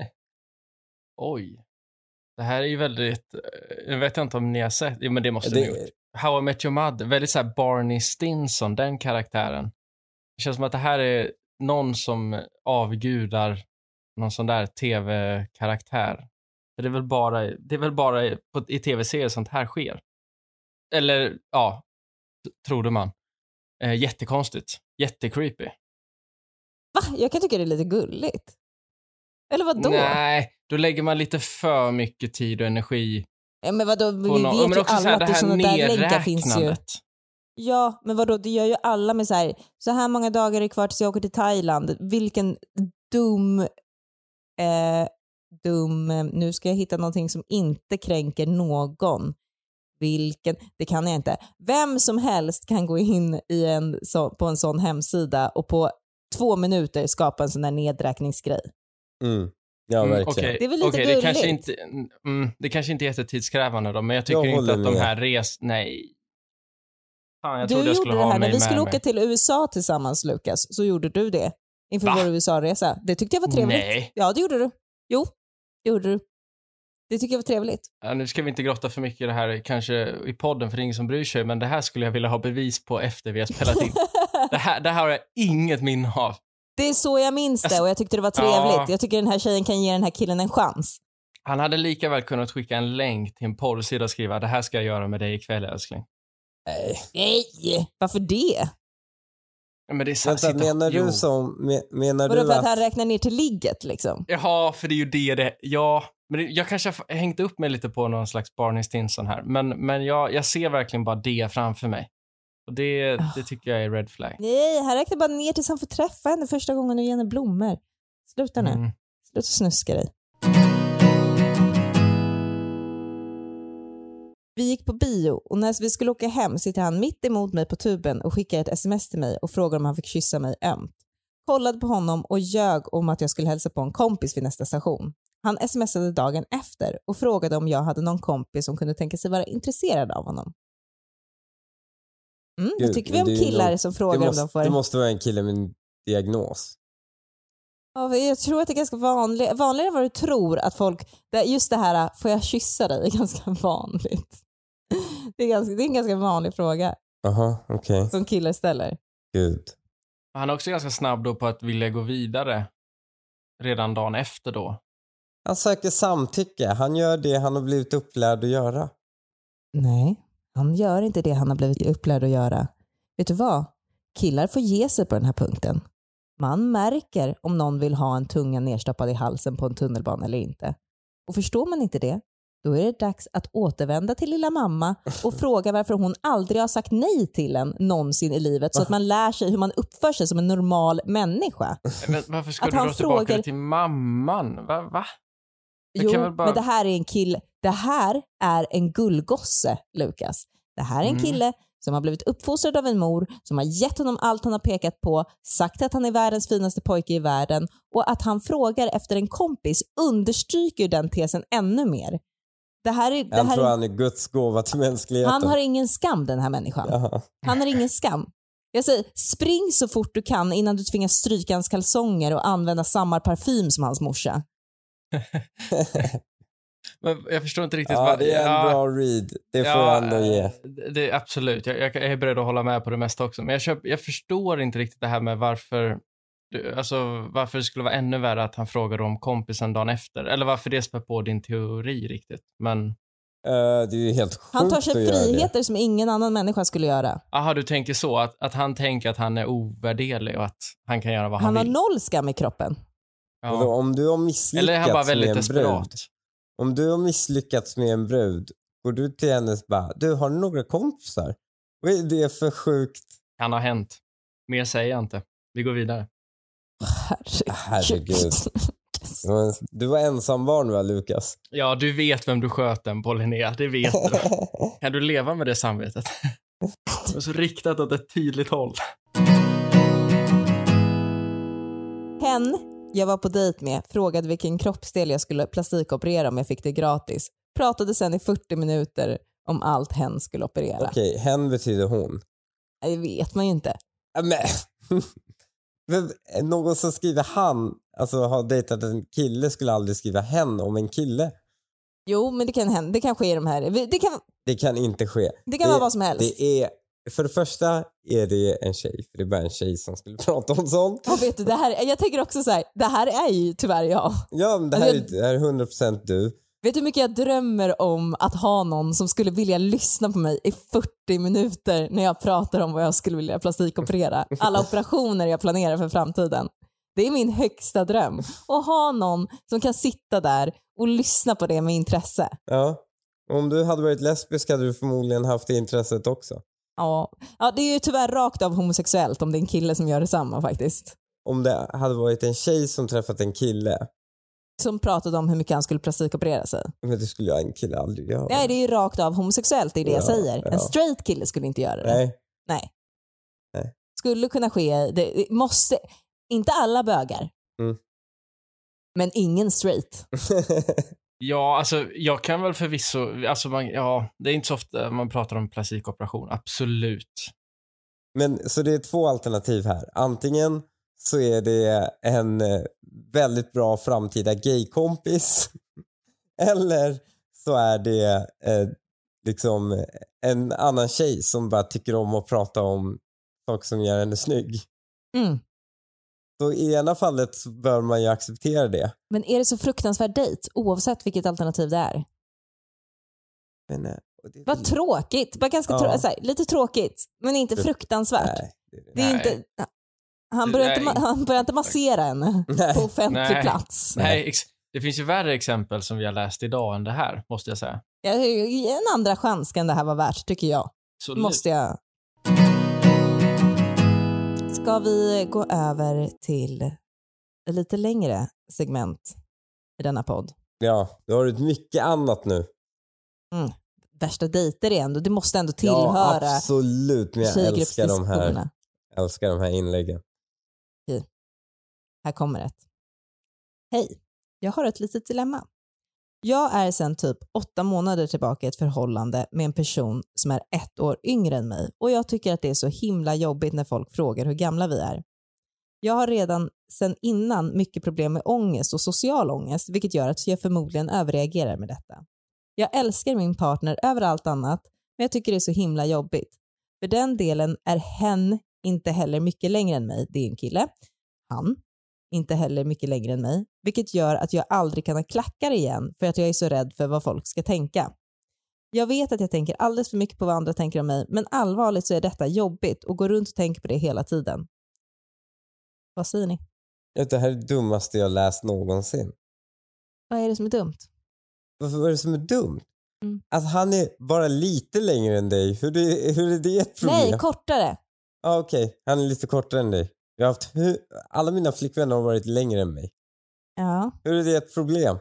Oj. Det här är ju väldigt... eh, Jag vet inte om ni har sett... Jo, men det måste Det- ni ha gjort. How I Met Your Mother. Väldigt så här Barney Stinson, den karaktären. Det känns som att det här är någon som avgudar någon sån där tv-karaktär. Det är väl bara, det är väl bara på, i tv-serier sånt här sker. Eller, ja, t- trodde man. Eh, jättekonstigt. Jättecreepy. Va? Jag kan tycka det är lite gulligt. Eller vad då? Nej, då lägger man lite för mycket tid och energi Ja, men vadå? Vi på vet någon. Ja, men ju också så alla här, att det det här såna där länkar finns ju. nedräknandet. Ja, men vadå? Det gör ju alla med så här, så här många dagar är det kvar tills jag åker till Thailand. Vilken dum, eh, dum, nu ska jag hitta någonting som inte kränker någon. Vilken, det kan jag inte. Vem som helst kan gå in i en, så, på en sån hemsida och på två minuter skapa en sån där nedräkningsgrej. Mm. Ja, Mm, verkligen. okej, Det är väl lite okej, det kanske gulligt. inte, mm, det kanske inte är jättetidskrävande då, men jag tycker Jag inte håller att de med. här res... Nej. Fan, jag Du trodde jag gjorde skulle det ha här när mig vi med skulle mig. åka till U S A tillsammans, Lukas, så gjorde du det inför Va? vår U S A-resa. Det tyckte jag var trevligt. Nej. Ja, det gjorde du. Jo, det gjorde du. Det tycker jag var trevligt. Ja, nu ska vi inte grotta för mycket i det här kanske i podden för det är ingen som bryr sig, men det här skulle jag vilja ha bevis på efter vi har spelat in. det, här, det här har jag inget minne av. Det är så jag minns det Alltså, och jag tyckte det var trevligt. ja. Jag tycker den här tjejen kan ge den här killen en chans. Han hade lika väl kunnat skicka en länk till en porrsida och skriva det här ska jag göra med dig ikväll, älskling. Nej. Nej, varför det? Ja, men det är så, Vänta, sitta, menar jo. du som... Me, menar Vadå du för att att... han räknar ner till ligget liksom? Ja, för det är ju det det... Ja, men det, jag kanske har hängt upp mig lite på någon slags Barney Stinson här. Men, men jag, jag ser verkligen bara det framför mig. Och det, det tycker jag är red flag. Nej, han räknar bara ner tills han får träffa henne första gången och ge henne blommor. Sluta nu. Mm. Sluta snuska dig. Vi gick på bio och när vi skulle åka hem sitter han mitt emot mig på tuben och skickar ett sms till mig och frågar om han fick kyssa mig ömt. Kollade på honom och ljög om att jag skulle hälsa på en kompis vid nästa station. Han smsade dagen efter och frågade om jag hade någon kompis som kunde tänka sig vara intresserad av honom. Mm, Gud, vad tycker vi om det är ju killar någon- som frågar det måste, om de får... det måste vara en kille med en diagnos. Ja, jag tror att det är ganska vanligt, vanligare än vad du tror att folk, det- just det här, får jag kyssa dig, är ganska vanligt. Det är, ganska, det är en ganska vanlig fråga Jaha, okej. som killar ställer. Gud. Han är också ganska snabb då på att vilja gå vidare redan dagen efter då. Han söker samtycke. Han gör det han har blivit upplärd att göra. Nej, han gör inte det han har blivit upplärd att göra. Vet du vad? Killar får ge sig på den här punkten. Man märker om någon vill ha en tunga nedstoppad i halsen på en tunnelbana eller inte. Och förstår man inte det, då är det dags att återvända till lilla mamma och fråga varför hon aldrig har sagt nej till en någonsin i livet så att man lär sig hur man uppför sig som en normal människa. Men varför ska Att du han dra tillbaka frågar- det till mamman? Va? Va? Det Jo, kan väl bara- men det här är en kille. Det här är en gullgosse, Lukas. Det här är en Mm. kille som har blivit uppfostrad av en mor som har gett honom allt han har pekat på, sagt att han är världens finaste pojke i världen och att han frågar efter en kompis understryker den tesen ännu mer. Det här är, det Jag här tror är, han är Guds gåva till mänskligheten. han har ingen skam, den här människan. Jaha. Han har ingen skam. Jag säger, spring så fort du kan innan du tvingas stryka hans kalsonger och använda samma parfym som hans morsa. Men jag förstår inte riktigt. Ja, vad- det är en ja, bra read. Det får ja, jag ändå ge. eh, Det, absolut, jag, jag är beredd att hålla med på det mesta också. Men jag, köp, jag förstår inte riktigt det här med varför, du- alltså, varför det skulle vara ännu värre att han frågade om kompisen dagen efter. Eller varför det spär på din teori riktigt. Men, Eh, det är ju helt sjukt Han tar att sig göra det. friheter som ingen annan människa skulle göra. aha, du tänker så. Att, att han tänker att han är ovärderlig och att han kan göra vad han, Han har vill. noll skam i kroppen. Ja. Vadå, om du har misslyckats Eller är han bara väldigt med en desperat? brud. Om du har misslyckats med en brud, går du till hennes bara, du har några kompisar? Vad är det för sjukt? Kan ha hänt. Mer säger jag inte. Vi går vidare. Herregud. Herregud. Du var ensam barn, va, Lukas? Ja, du vet vem du sköt den på, Linnea. Det vet du. Kan du leva med det samvetet? Det var så riktat åt ett tydligt håll. Hen jag var på dejt med frågade vilken kroppsdel jag skulle plastikoperera om jag fick det gratis. Pratade sen i fyrtio minuter om allt hen skulle operera. Okej, hen betyder hon. Det vet man ju inte. Ja, Men, men någon som skriver han, alltså har dejtat en kille, skulle aldrig skriva hen om en kille. Jo, men det kan hända. Det kan ske i de här. Det kan, Det kan inte ske. det kan vara vad som helst. Det är, för det första är det en tjej, för det är bara en tjej som skulle prata om sånt. Och vet du, det här, jag tänker också så här, det här är ju tyvärr jag. Ja, men det här, Alltså, är, det här är hundra procent du. Vet du hur mycket jag drömmer om att ha någon som skulle vilja lyssna på mig i fyrtio minuter när jag pratar om vad jag skulle vilja plastikoperera. Alla operationer jag planerar för framtiden. Det är min högsta dröm. Att ha någon som kan sitta där och lyssna på det med intresse. Ja. Om du hade varit lesbisk hade du förmodligen haft det intresset också. Ja, ja det är ju tyvärr rakt av homosexuellt om det är en kille som gör detsamma faktiskt. Om det hade varit en tjej som träffat en kille, Som pratade om hur mycket han skulle plastikoperera sig. men det skulle jag en kille aldrig göra. Nej, det är ju rakt av homosexuellt, det är det jag Ja, säger. ja. En straight kille skulle inte göra det. Nej. Nej. Nej. Skulle kunna ske, det det måste, inte alla bögar. Mm. Men ingen straight. Ja, alltså jag kan väl förvisso, alltså man, ja, det är inte så ofta man pratar om plastikoperation, absolut. Men så det är två alternativ här. Antingen så är det en eh, väldigt bra framtida gaykompis eller så är det eh, liksom en annan tjej som bara tycker om att prata om saker som gör henne snygg. Mm. Så i ena fallet så bör man ju acceptera det. Men är det så fruktansvärd dejt oavsett vilket alternativ det är? Men, nej, och det är Vad väl- tråkigt. Bara ganska Ja. trå- så här, lite tråkigt, men inte fruktansvärt. Nej, det är det. Det är Nej. inte, han, börjar inte, Nej. ma- han börjar inte massera henne Nej. på offentlig Nej. plats. Nej, ex- det finns ju värre exempel som vi har läst idag än det här, måste jag säga. Ja, en andra chans kan det här vara värt, tycker jag. Så Måste jag. Ska vi gå över till ett lite längre segment i denna podd? Ja, du har ett mycket annat nu. Mm. Värsta dejter är ändå, det måste ändå Ja, tillhöra absolut. Men jag älskar de här, tjejgruppsdiskussionerna. älskar de här inläggen. Här kommer ett. Hej, jag har ett litet dilemma. Jag är sedan typ åtta månader tillbaka i ett förhållande med en person som är ett år yngre än mig och jag tycker att det är så himla jobbigt när folk frågar hur gamla vi är. Jag har redan sedan innan mycket problem med ångest och social ångest, vilket gör att jag förmodligen överreagerar med detta. Jag älskar min partner över allt annat, men jag tycker det är så himla jobbigt. För den delen är hen inte heller mycket längre än mig. Det är en kille. Han inte heller mycket längre än mig, vilket gör att jag aldrig kan ha klackar igen för att jag är så rädd för vad folk ska tänka. Jag vet att jag tänker alldeles för mycket på vad andra tänker om mig, men allvarligt så är detta jobbigt och går runt och tänker på det hela tiden. Vad säger ni? Det här är det dummaste jag läst någonsin. Vad är det som är dumt? Varför är det som är dumt? Mm. Att han är bara lite längre än dig. Hur, det, hur är det ett problem? Nej, kortare. Ja, okej. Okay. Han är lite kortare än dig. Jag har haft hu- Alla mina flickvänner har varit längre än mig. Ja. Hur är det ett problem?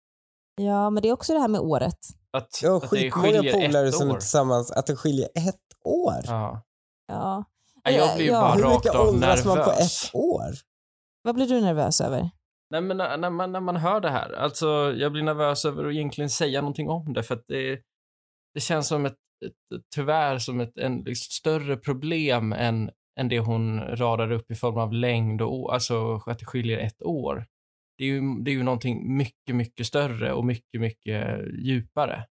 Ja, men det är också det här med året. Att, Jag har att det skitmånga skiljer polare ett som är år. tillsammans. Att det skiljer ett år. Ja. Ja. Nej, Jag blir ju Ja. bara Hur rakt mycket av åldras man på nervös. ett år? Vad blir du nervös över? Nej, men när, när, man, när man hör det här, alltså jag blir nervös över att egentligen säga någonting om det, för att det, det känns som ett, ett tyvärr som ett en, liksom, större problem än, än det hon radar upp i form av längd och å- alltså att det skiljer ett år. Det är ju, det är ju någonting mycket, mycket större och mycket, mycket djupare.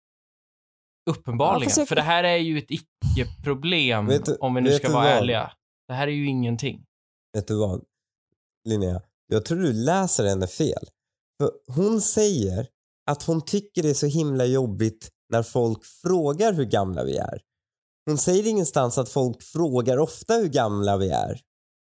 Uppenbarligen, Ja, försök- för det här är ju ett icke-problem Vet du- om vi nu vet ska du vara vad? ärliga. Det här är ju ingenting. Vet du vad, Linnea? Jag tror du läser henne fel. För hon säger att hon tycker det är så himla jobbigt när folk frågar hur gamla vi är. Hon säger ingenstans att folk frågar ofta hur gamla vi är.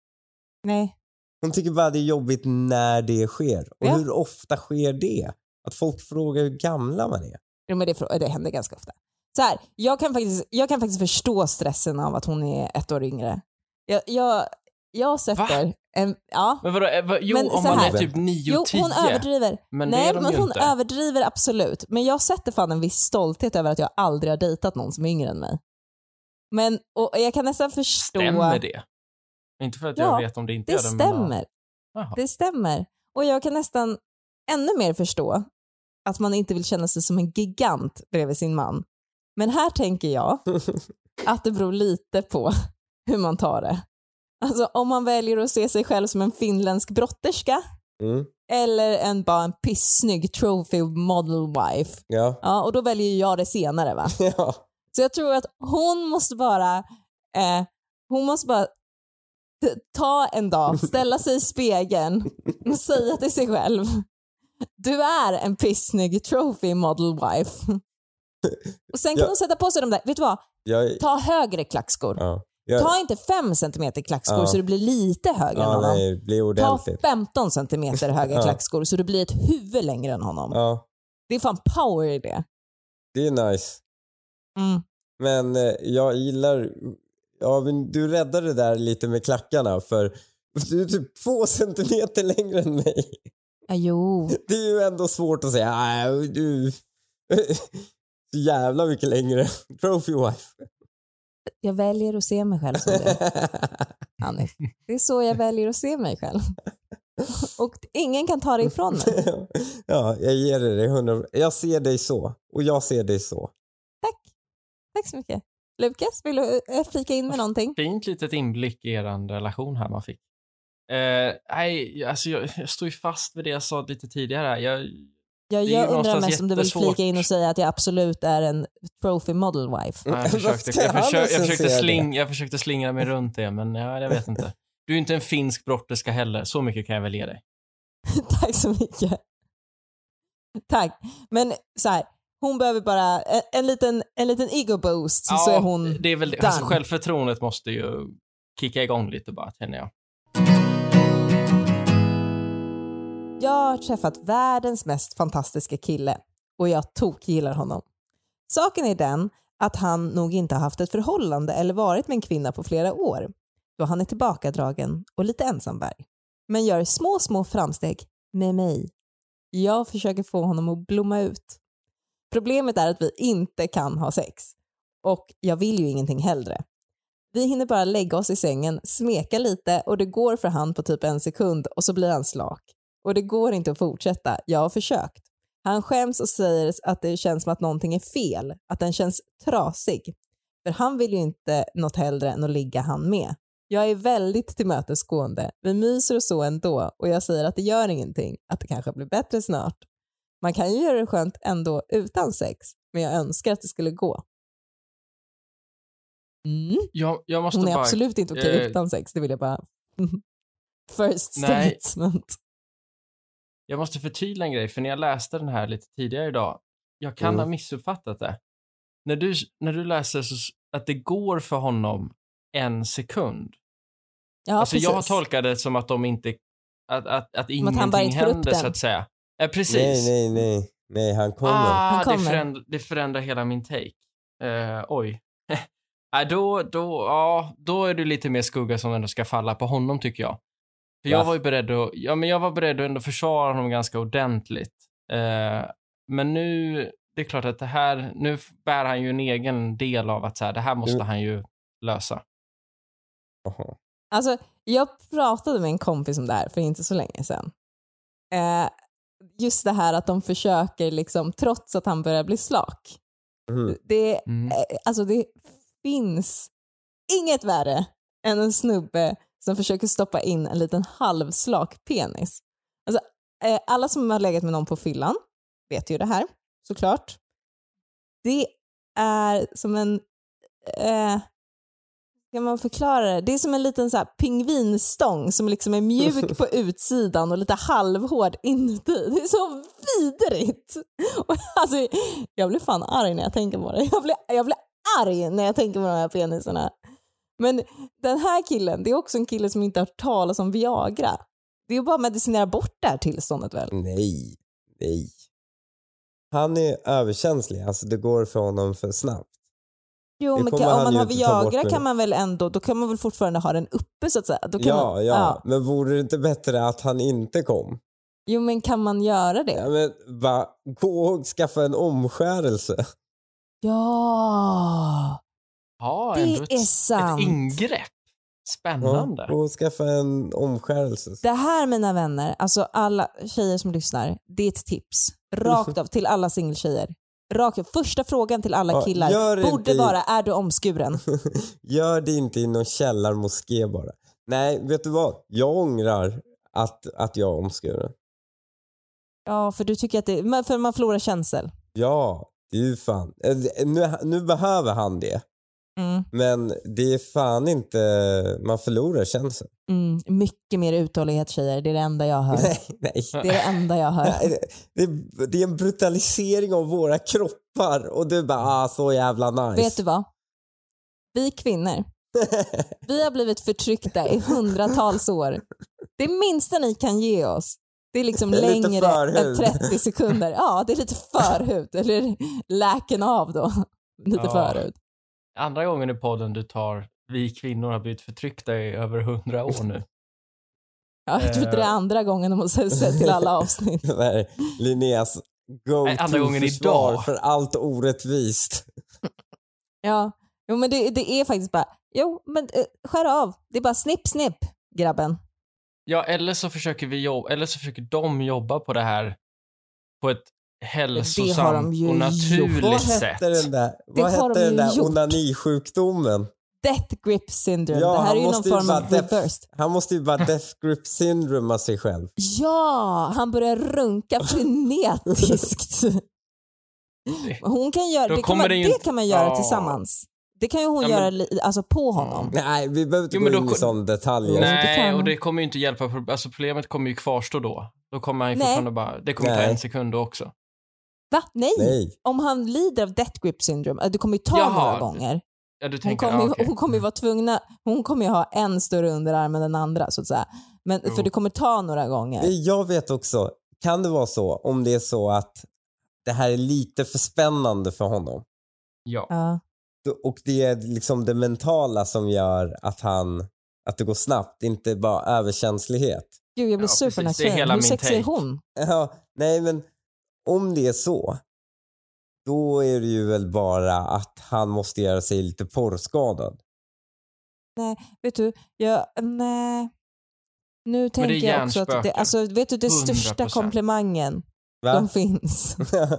Nej. Hon tycker bara det är jobbigt när det sker. Och Ja. hur ofta sker det? Att folk frågar hur gamla man är. Jo, men det, det händer ganska ofta. Så här, jag, kan faktiskt, jag kan faktiskt förstå stressen av att hon är ett år yngre. Jag, jag, jag sätter en... Ja. Men vadå, eh, vad, jo, Men om så man här- är typ nio Jo, tio. hon överdriver. Men det Nej, är de men ju hon inte. överdriver absolut. Men jag sätter fan en viss stolthet över att jag aldrig har dejtat någon som är yngre än mig. Men och jag kan nästan förstå... Stämmer det? Inte för att Ja, jag vet om det inte Det gör det. stämmer. Men, Jaha. Det stämmer. Och jag kan nästan ännu mer förstå att man inte vill känna sig som en gigant bredvid sin man. Men här tänker jag att det beror lite på hur man tar det. Alltså om man väljer att se sig själv som en finländsk brotterska Mm. eller en, bara en pissnygg trophy model wife. Ja. Ja, och då väljer jag det senare, va? Ja. Så jag tror att hon måste bara eh, hon måste bara t- ta en dag, ställa sig i spegeln och säga till sig själv: du är en pissnygg trophy model wife. Och sen kan Ja. hon sätta på sig de där, vet du vad? Jag, Ta högre klackskor. ja. Jag, Ta inte fem centimeter klackskor Ja. så det blir lite högre än ja, honom. nej, det blir Ta ordentligt. femton centimeter högre Ja. klackskor så det blir ett huvud längre än honom. Ja, Det är fan power i det. det är nice. Mm. Men eh, jag gillar... Ja, men du räddade det där lite med klackarna, för du är typ två centimeter längre än mig. Ja, jo. Det är ju ändå svårt att säga. Nej, du... Så jävla mycket längre. Trophy wife. Jag väljer att se mig själv som det. Hanif. Det är så jag väljer att se mig själv. Och ingen kan ta det ifrån mig. Ja, jag ger dig det. hundra Jag ser dig så. Och jag ser dig så. Tack. Tack så mycket. Lukas, vill du eh, flika in med någonting? Fint litet inblick i er relation här man fick. Eh, nej, alltså jag, jag står ju fast vid det jag sa lite tidigare. Jag, Jag, Det är ju jag undrar någonstans mest om du vill jättesvårt. flika in och säga att jag absolut är en trophy model wife. nej, jag, Vad försökte, ska jag, han försökte, jag, försökte recensera sling, jag försökte slingra mig runt det, men ja, jag vet inte. Du är inte en finsk brotterska heller. Så mycket kan jag väl ge dig. Tack så mycket. Tack. Men så här, hon behöver bara en, en liten en liten ego boost Ja, så är hon det är väl done. alltså, självförtroendet måste ju kicka igång lite bara, känner jag. Jag har träffat världens mest fantastiska kille och jag tokgillar honom. Saken är den att han nog inte har haft ett förhållande eller varit med en kvinna på flera år, då han är tillbakadragen och lite ensamberg. Men gör små, små framsteg med mig. Jag försöker få honom att blomma ut. Problemet är att vi inte kan ha sex. Och jag vill ju ingenting hellre. Vi hinner bara lägga oss i sängen, smeka lite och det går för han på typ en sekund och så blir han slak. Och det går inte att fortsätta. Jag har försökt. Han skäms och säger att det känns som att någonting är fel. Att den känns trasig. För han vill ju inte något hellre än att ligga han med. Jag är väldigt tillmötesgående. Vi myser och så ändå. Och jag säger att det gör ingenting. Att det kanske blir bättre snart. Man kan ju göra det skönt ändå utan sex. Men jag önskar att det skulle gå. Mm. Jag, jag måste Hon är bara, absolut inte okej eh, utan sex. Det vill jag bara... First Nej. statement. Jag måste förtydliga en grej, för när jag läste den här lite tidigare idag, jag kan Mm. ha missuppfattat det. När du, när du läser så, att det går för honom en sekund. Ja, alltså precis. jag har tolkat det som att de inte, att, att, att Som att han bara ingenting inte får upp händer den. så att säga. Ja, precis. Nej, nej, nej. Nej, han kommer. Ah, Han kommer. Det, förändrar, det förändrar hela min take. Uh, oj. Nej, då, då, ja, då är det lite mer skugga som ändå ska falla på honom, tycker jag. För Va? jag var ju beredd att, ja, men jag var beredd att ändå försvara honom ganska ordentligt. Uh, men nu, det är klart att det här, nu bär han ju en egen del av att så här, det här måste Mm. han ju lösa. Jaha. Alltså, jag pratade med en kompis om det här för inte så länge sedan. Eh, just det här att de försöker, liksom, trots att han börjar bli slak. Mm. Det, Mm. eh, alltså, det finns inget värre än en snubbe som försöker stoppa in en liten halvslak penis. Alltså, eh, alla som har legat med någon på fyllan vet ju det här, såklart. Det är som en... Eh, kan man förklara det? Det är som en liten så här pingvinstång som liksom är mjuk på utsidan och lite halvhård inuti. Det är så vidrigt. Och alltså, jag blir fan arg när jag tänker på det. Jag blir, jag blir arg när jag tänker på de här penisarna. Men den här killen, det är också en kille som inte har hört talas om Viagra. Det är ju bara att medicinera bort det här tillståndet väl? Nej, nej. Han är överkänslig. Alltså det går för honom för snabbt. Jo, Det men kommer kan, om han man ju har inte ta bort Viagra nu. kan man väl ändå, då kan man väl fortfarande ha den uppe så att säga. Då kan Ja, man, ja, men vore det inte bättre att han inte kom? Jo, men kan man göra det? Ja, men va, gå och skaffa en omskärelse. Ja, Ja, det ändå ett, är sant. ett ingrepp. Spännande. Ja, gå och skaffa en omskärelse. Det här, mina vänner, alltså alla tjejer som lyssnar, det är ett tips. Rakt av till alla singeltjejer. Rakt av. Första frågan till alla Ja, killar gör det borde inte i- vara, är du omskuren? Gör det inte i någon källarmoské bara. Nej, vet du vad? Jag ångrar att, att jag är omskuren. Ja, för du tycker att det, men för man förlorar känsel. Ja, det är ju fan. Eh, Nu, nu behöver han det. Mm. Men det är fan inte... Man förlorar känseln. Mm. Mycket mer uthållighet, tjejer. Det är det enda jag hör. Nej, nej. Det är det enda jag hör. Nej, det, det, det är en brutalisering av våra kroppar. Och du bara, ah, så jävla nice. Vet du vad? Vi kvinnor, vi har blivit förtryckta i hundratals år. Det minsta ni kan ge oss, det är liksom Det är lite längre förhud. än trettio sekunder. Ja, det är lite förhud. Eller läken av då. Lite Ja. förhud. Andra gången i podden du tar, vi kvinnor har blivit förtryckta i över hundra år nu. Ja, jag tror inte det är andra gången de måste se till alla avsnitt. Det är Linneas Nej, andra gången go-to-försvar idag. för allt orättvist. Ja, jo, men det, det är faktiskt bara, jo, men eh, skär av. Det är bara snipp, snipp, grabben. Ja, eller så försöker vi jobba, eller så försöker de jobba på det här på ett hälsosamt ju och gjort. naturligt Vad sätt. hette den där, Det vad har hette de den ju där gjort. onanisjukdomen? Death grip syndrome. Ja, det här han är ju någon måste ju form bara av death- reversed. Han måste ju bara death grip syndrome sig själv. Ja, han börjar runka frenetiskt. Hon kan göra, Då det, kan kommer man, det det, ju inte- kan man göra Ja. tillsammans. Det kan ju hon Ja, göra men- li- alltså på honom. Nej, vi behöver inte Jo, gå men då in i ko- sån detaljer. Nej. Nej, kan- och det kommer ju inte hjälpa. Alltså problemet kommer ju kvarstå då. Då kommer han ju Nej. fortfarande bara... Det kommer ta Nej. en sekund då också. Va? Nej. Nej. Om han lider av death grip syndrome, äh, det kommer ju ta Jaha. några gånger. Ja, du Hon tänker... kommer, ja, ju, okej. hon kommer ju vara tvungna, hon kommer ju ha en större underarm än den andra så att säga. Men, Jo. för det kommer ta några gånger. Jag vet också, kan det vara så om det är så att det här är lite för spännande för honom? Ja. Ja. Och det är liksom det mentala som gör att han att det går snabbt, inte bara överkänslighet. Gud, jag blir Ja, precis. Det är supernäsvän. hela Hur min sexig är take. hon? Ja, nej men om det är så, då är det ju väl bara att han måste göra sig lite porrskadad. Nej, vet du, jag, nej. Nu det tänker är jag också att det, hjärnspöken. alltså, vet du, det största hundra procent. komplimangen Va? som finns.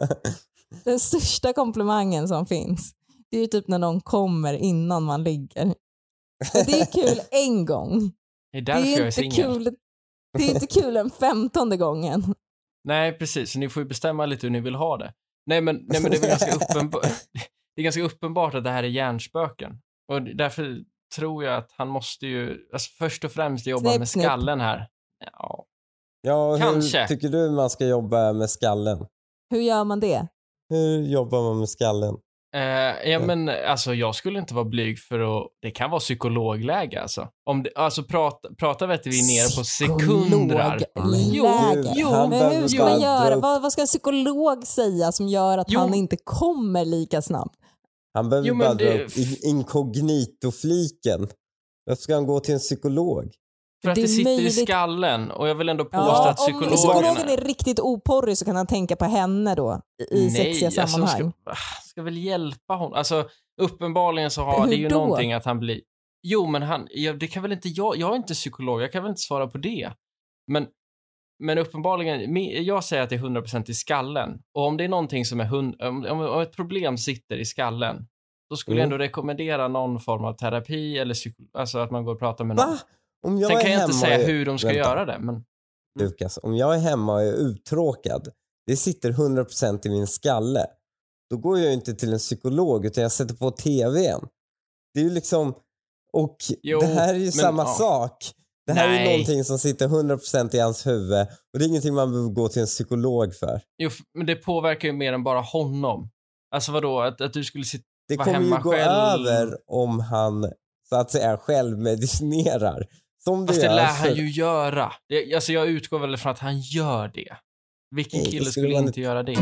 Den största komplimangen som finns. Det är ju typ när någon kommer innan man ligger. Och det är kul en gång. Det är Det därför är jag är inte singel. kul. Det är inte kul en femtonde gången. Nej, precis. Så ni får ju bestämma lite hur ni vill ha det. Nej, men, nej, men det är väl ganska uppenbart. Det är ganska uppenbart att det här är hjärnspöken. Och därför tror jag att han måste ju, alltså först och främst jobba Snipp, med snipp. skallen här. Ja. Ja, Kanske. hur tycker du man ska jobba med skallen? Hur gör man det? Hur jobbar man med skallen? Eh, ja, men alltså jag skulle inte vara blyg för att, det kan vara psykologläge alltså. Om det, alltså prata, pratar vi att vi är nere på sekunder. Psykologläge. Jo, han Men behöver hur ska bara man dra göra? upp- Vad, vad ska en psykolog säga som gör att Jo. han inte kommer lika snabbt? Han behöver Jo, men bara dra det- upp in- inkognito-fliken. Varför ska han gå till en psykolog? För att Det det, är sitter möjligt- i skallen. Och jag vill ändå påstå Ja, att om psykologerna... psykologen är riktigt oporrig så kan han tänka på henne då i i sexiga alltså, sammanhang. Ska, ah, ska väl hjälpa honom. Alltså uppenbarligen så har Hur det ju då? någonting att han blir... Jo, men han... Ja, det kan väl inte jag... Jag är inte psykolog. Jag kan väl inte svara på det. Men, men uppenbarligen... mi- Jag säger att det är hundra procent i skallen. Och om det är någonting som är... Hund, om, om om ett problem sitter i skallen, då skulle jag Mm. ändå rekommendera någon form av terapi eller psyko, alltså att man går och pratar med någon. Va? Om jag Sen är kan jag inte hemma säga och- hur de ska Vänta, göra det, men... Lukas, om jag är hemma och är uttråkad, det sitter hundra procent i min skalle. Då går jag ju inte till en psykolog utan jag sätter på tvn. Det är ju liksom... Och Jo, det här är ju men, samma ja. sak. Det här är ju Nej. någonting som sitter hundra procent i hans huvud. Och det är ingenting man behöver gå till en psykolog för. Jo, f- men det påverkar ju mer än bara honom. Alltså vadå? Att, att du skulle sitta... Det Var kommer ju hemma gå själv. över om han så att säga självmedicinerar. Som det Fast det gör lär för- han ju göra. Det, alltså jag utgår väl från att han gör det. Vilken Nej, det kille skulle skulle man inte inte- göra det?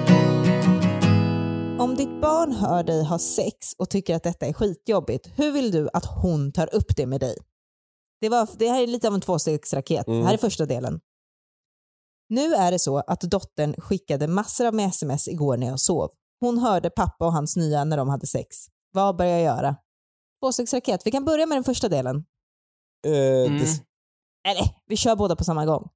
Om ditt barn hör dig ha sex och tycker att detta är skitjobbigt, hur vill du att hon tar upp det med dig? Det, var, det här är lite av en tvåstegsraket. Mm. Här är första delen. Nu är det så att dottern skickade massor av med sms igår när jag sov. Hon hörde pappa och hans nya när de hade sex. Vad bör jag göra? Tvåstegsraket. Vi kan börja med den första delen. Eh, Mm. det, Eller, vi kör båda på samma gång.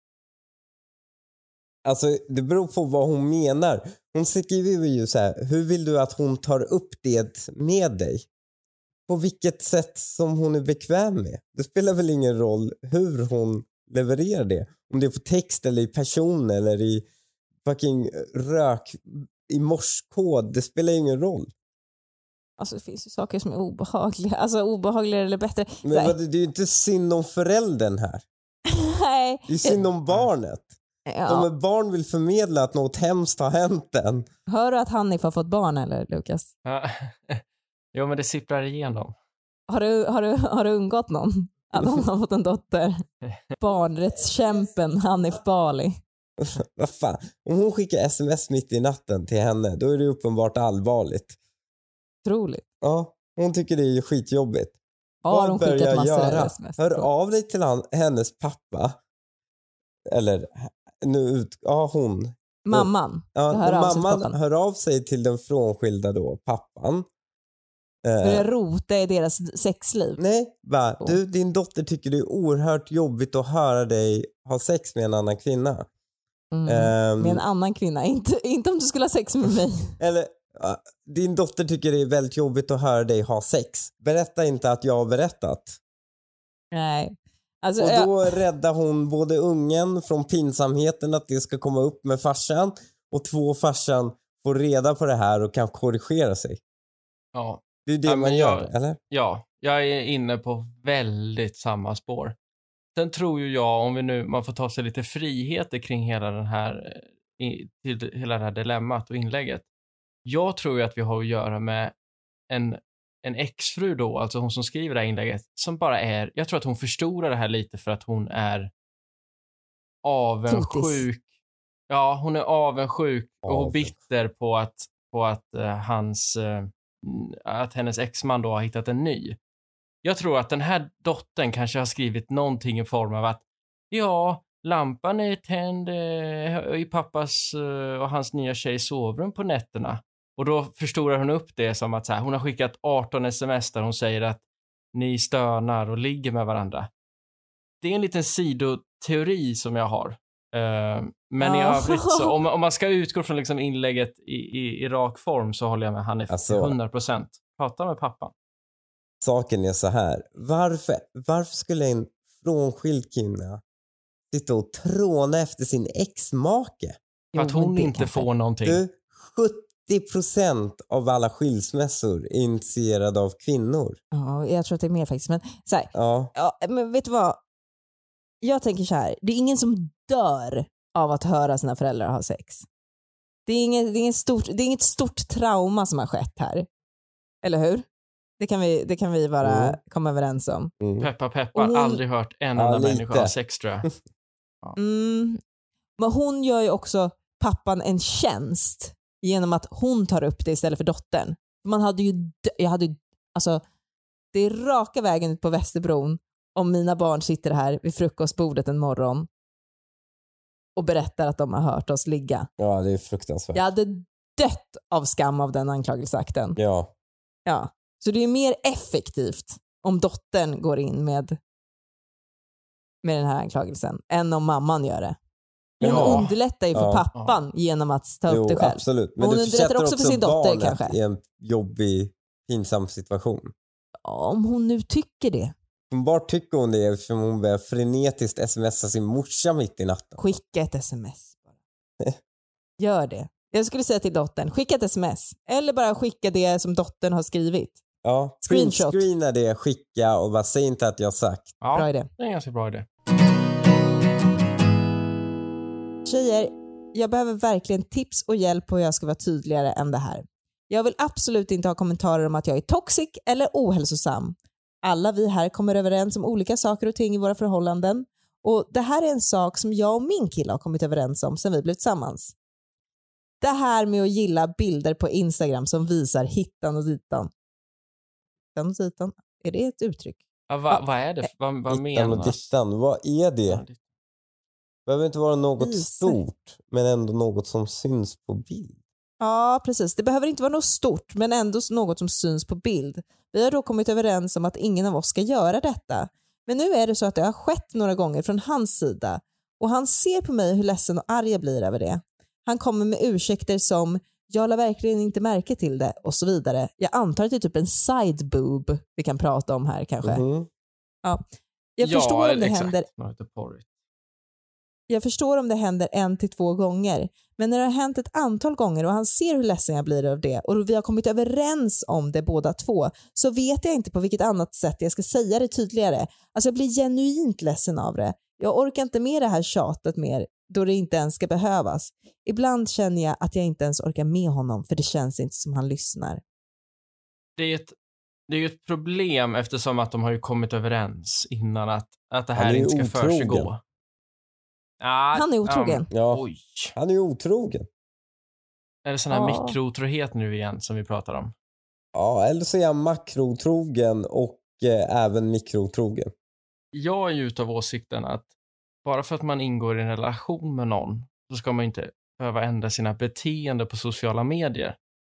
alltså, det beror på vad hon menar. Hon skriver ju så här: hur vill du att hon tar upp det med dig? På vilket sätt som hon är bekväm med. Det spelar väl ingen roll hur hon levererar det. Om det är på text eller i person eller i fucking rök, i morskod. Det spelar ingen roll. Alltså det finns ju saker som är obehagliga. Alltså obehagligare eller bättre. Men Nej. vad, det är ju inte synd om föräldern här. Nej. Det är synd om barnet. Om Ja. ett barn vill förmedla att något hemskt har hänt den. Hör du att Hanif har fått barn eller Lukas? Ja. Jo, men det sipprar igenom. Har du, har du, har du undgått någon? Att hon har fått en dotter? Barnrättskämpen Hanif Bali. Vad fan? Om hon skickar sms mitt i natten till henne, då är det uppenbart allvarligt. Otroligt. Ja, hon tycker det är skitjobbigt. Har hon Vad bör skickat jag massor göra? av sms? Hör av dig till han, hennes pappa. Eller nu ut, ja hon. Mamman. Ja, ska höra av sig till mamman pappan. hör av sig till den frånskilda då, pappan. Eh, Börjar rota i deras sexliv. nej, bara, Så. du, din dotter tycker det är oerhört jobbigt att höra dig ha sex med en annan kvinna. Mm. Ehm, Med en annan kvinna. Inte, inte om du skulle ha sex med mig. Eller, ja, din dotter tycker det är väldigt jobbigt att höra dig ha sex. Berätta inte att jag har berättat. Nej. Alltså, Och jag, då räddar hon både ungen från pinsamheten att det ska komma upp med farsan. Och två, farsan får reda på det här och kan korrigera sig. Ja. Det är det Ja, man men gör, jag- eller? Ja, jag är inne på väldigt samma spår. Sen tror ju jag, om vi nu, man får ta sig lite friheter kring hela den här, i, till hela det här dilemmat och inlägget. Jag tror ju att vi har att göra med en, en exfru då, alltså hon som skriver det här inlägget, som bara är, jag tror att hon förstorar det här lite för att hon är avundsjuk. Ja, hon är avundsjuk och Avundsjuk. bitter på att, på att uh, hans, uh, att hennes exman då har hittat en ny. Jag tror att den här dottern kanske har skrivit någonting i form av att ja, lampan är tänd eh, i pappas eh, och hans nya tjejs sovrum på nätterna. Och då förstorar hon upp det som att så här, hon har skickat arton sms där hon säger att ni stönar och ligger med varandra. Det är en liten sidoteori som jag har. Eh, men i Ja. övrigt så, om, om man ska utgå från liksom inlägget i, i, i rak form så håller jag med Hanif Alltså- till hundra procent. Prata med pappan. Saken är så här. Varför, varför skulle en frånskild kvinna sitta och tråna efter sin exmake? För att Jo, men hon det inte kanske- får någonting. Du, sjuttio procent av alla skilsmässor är initierade av kvinnor. Ja, jag tror att det är mer faktiskt. Men, så här, Ja, ja, men vet du vad? Jag tänker så här. Det är ingen som dör av att höra sina föräldrar ha sex. Det är inget, det är inget, stort, det är inget stort trauma som har skett här. Eller hur? Det kan vi, det kan vi bara Mm. komma överens om. mm. Peppar, peppar. Och hon- Aldrig hört en Ja, enda lite. människa ha sex, tror jag. Mm. Men hon gör ju också pappan en tjänst genom att hon tar upp det istället för dottern. Man hade ju, dö- jag hade ju, alltså det är raka vägen ut på Västerbron om mina barn sitter här vid frukostbordet en morgon och berättar att de har hört oss ligga. Ja, det är fruktansvärt. Jag hade dött av skam av den anklagelseakten. Ja. Ja. Så det är mer effektivt om dottern går in med, med den här anklagelsen än om mamman gör det. Hon Ja. underlättar ju för Ja. pappan genom att ta upp Jo, det själv. absolut. Men Men hon du underlättar försätter också också, för sin dotter, barnet kanske. i en jobbig, pinsam situation. Om hon nu tycker det. Hon bara tycker hon det eftersom hon börjar frenetiskt smsa sin morsa mitt i natten. Skicka ett sms bara. Gör det. Jag skulle säga till dottern, skicka ett sms. Eller bara skicka det som dottern har skrivit. Ja, Screenshot. screena det, skicka och bara säg inte att jag har sagt. Ja, Bra idé. det är en ganska bra idé. Tjejer, jag behöver verkligen tips och hjälp på hur jag ska vara tydligare än det här. Jag vill absolut inte ha kommentarer om att jag är toxic eller ohälsosam. Alla vi här kommer överens om olika saker och ting i våra förhållanden. Och det här är en sak som jag och min kille har kommit överens om sedan vi blev tillsammans. Det här med att gilla bilder på Instagram som visar hittan och ditan. Hittan och ditan, är det ett uttryck? Ja, va, vad är det? Vad, vad Dittan och menas? dittan, vad är det? Ja, Det behöver inte vara något Visar. stort, men ändå något som syns på bild. Ja, precis. Det behöver inte vara något stort, men ändå något som syns på bild. Vi har då kommit överens om att ingen av oss ska göra detta. Men nu är det så att det har skett några gånger från hans sida. Och han ser på mig hur ledsen och arg jag blir över det. Han kommer med ursäkter som jag la verkligen inte märke till det och så vidare. Jag antar att det är typ en side boob vi kan prata om här kanske. Mhm. Ja. Jag Ja, förstår om det exakt. händer Något lite porrigt. Jag förstår om det händer en till två gånger, men när det har hänt ett antal gånger och han ser hur ledsen jag blir av det och vi har kommit överens om det båda två, så vet jag inte på vilket annat sätt jag ska säga det tydligare. Alltså jag blir genuint ledsen av det. Jag orkar inte med det här tjatet mer då det inte ens ska behövas. Ibland känner jag att jag inte ens orkar med honom för det känns inte som han lyssnar. Det är ett, det är ju ett problem eftersom att de har ju kommit överens innan att, att det Han här är ju inte ska otrogen. försiggå. Ah, Han är otrogen. Um, Ja. oj. Han är ju otrogen. Är det sån här Ja. mikrootrohet nu igen som vi pratar om? Ja, eller så är han makrotrogen och eh, även mikrotrogen. Jag är ju utav åsikten att bara för att man ingår i en relation med någon så ska man inte behöva ändra sina beteenden på sociala medier.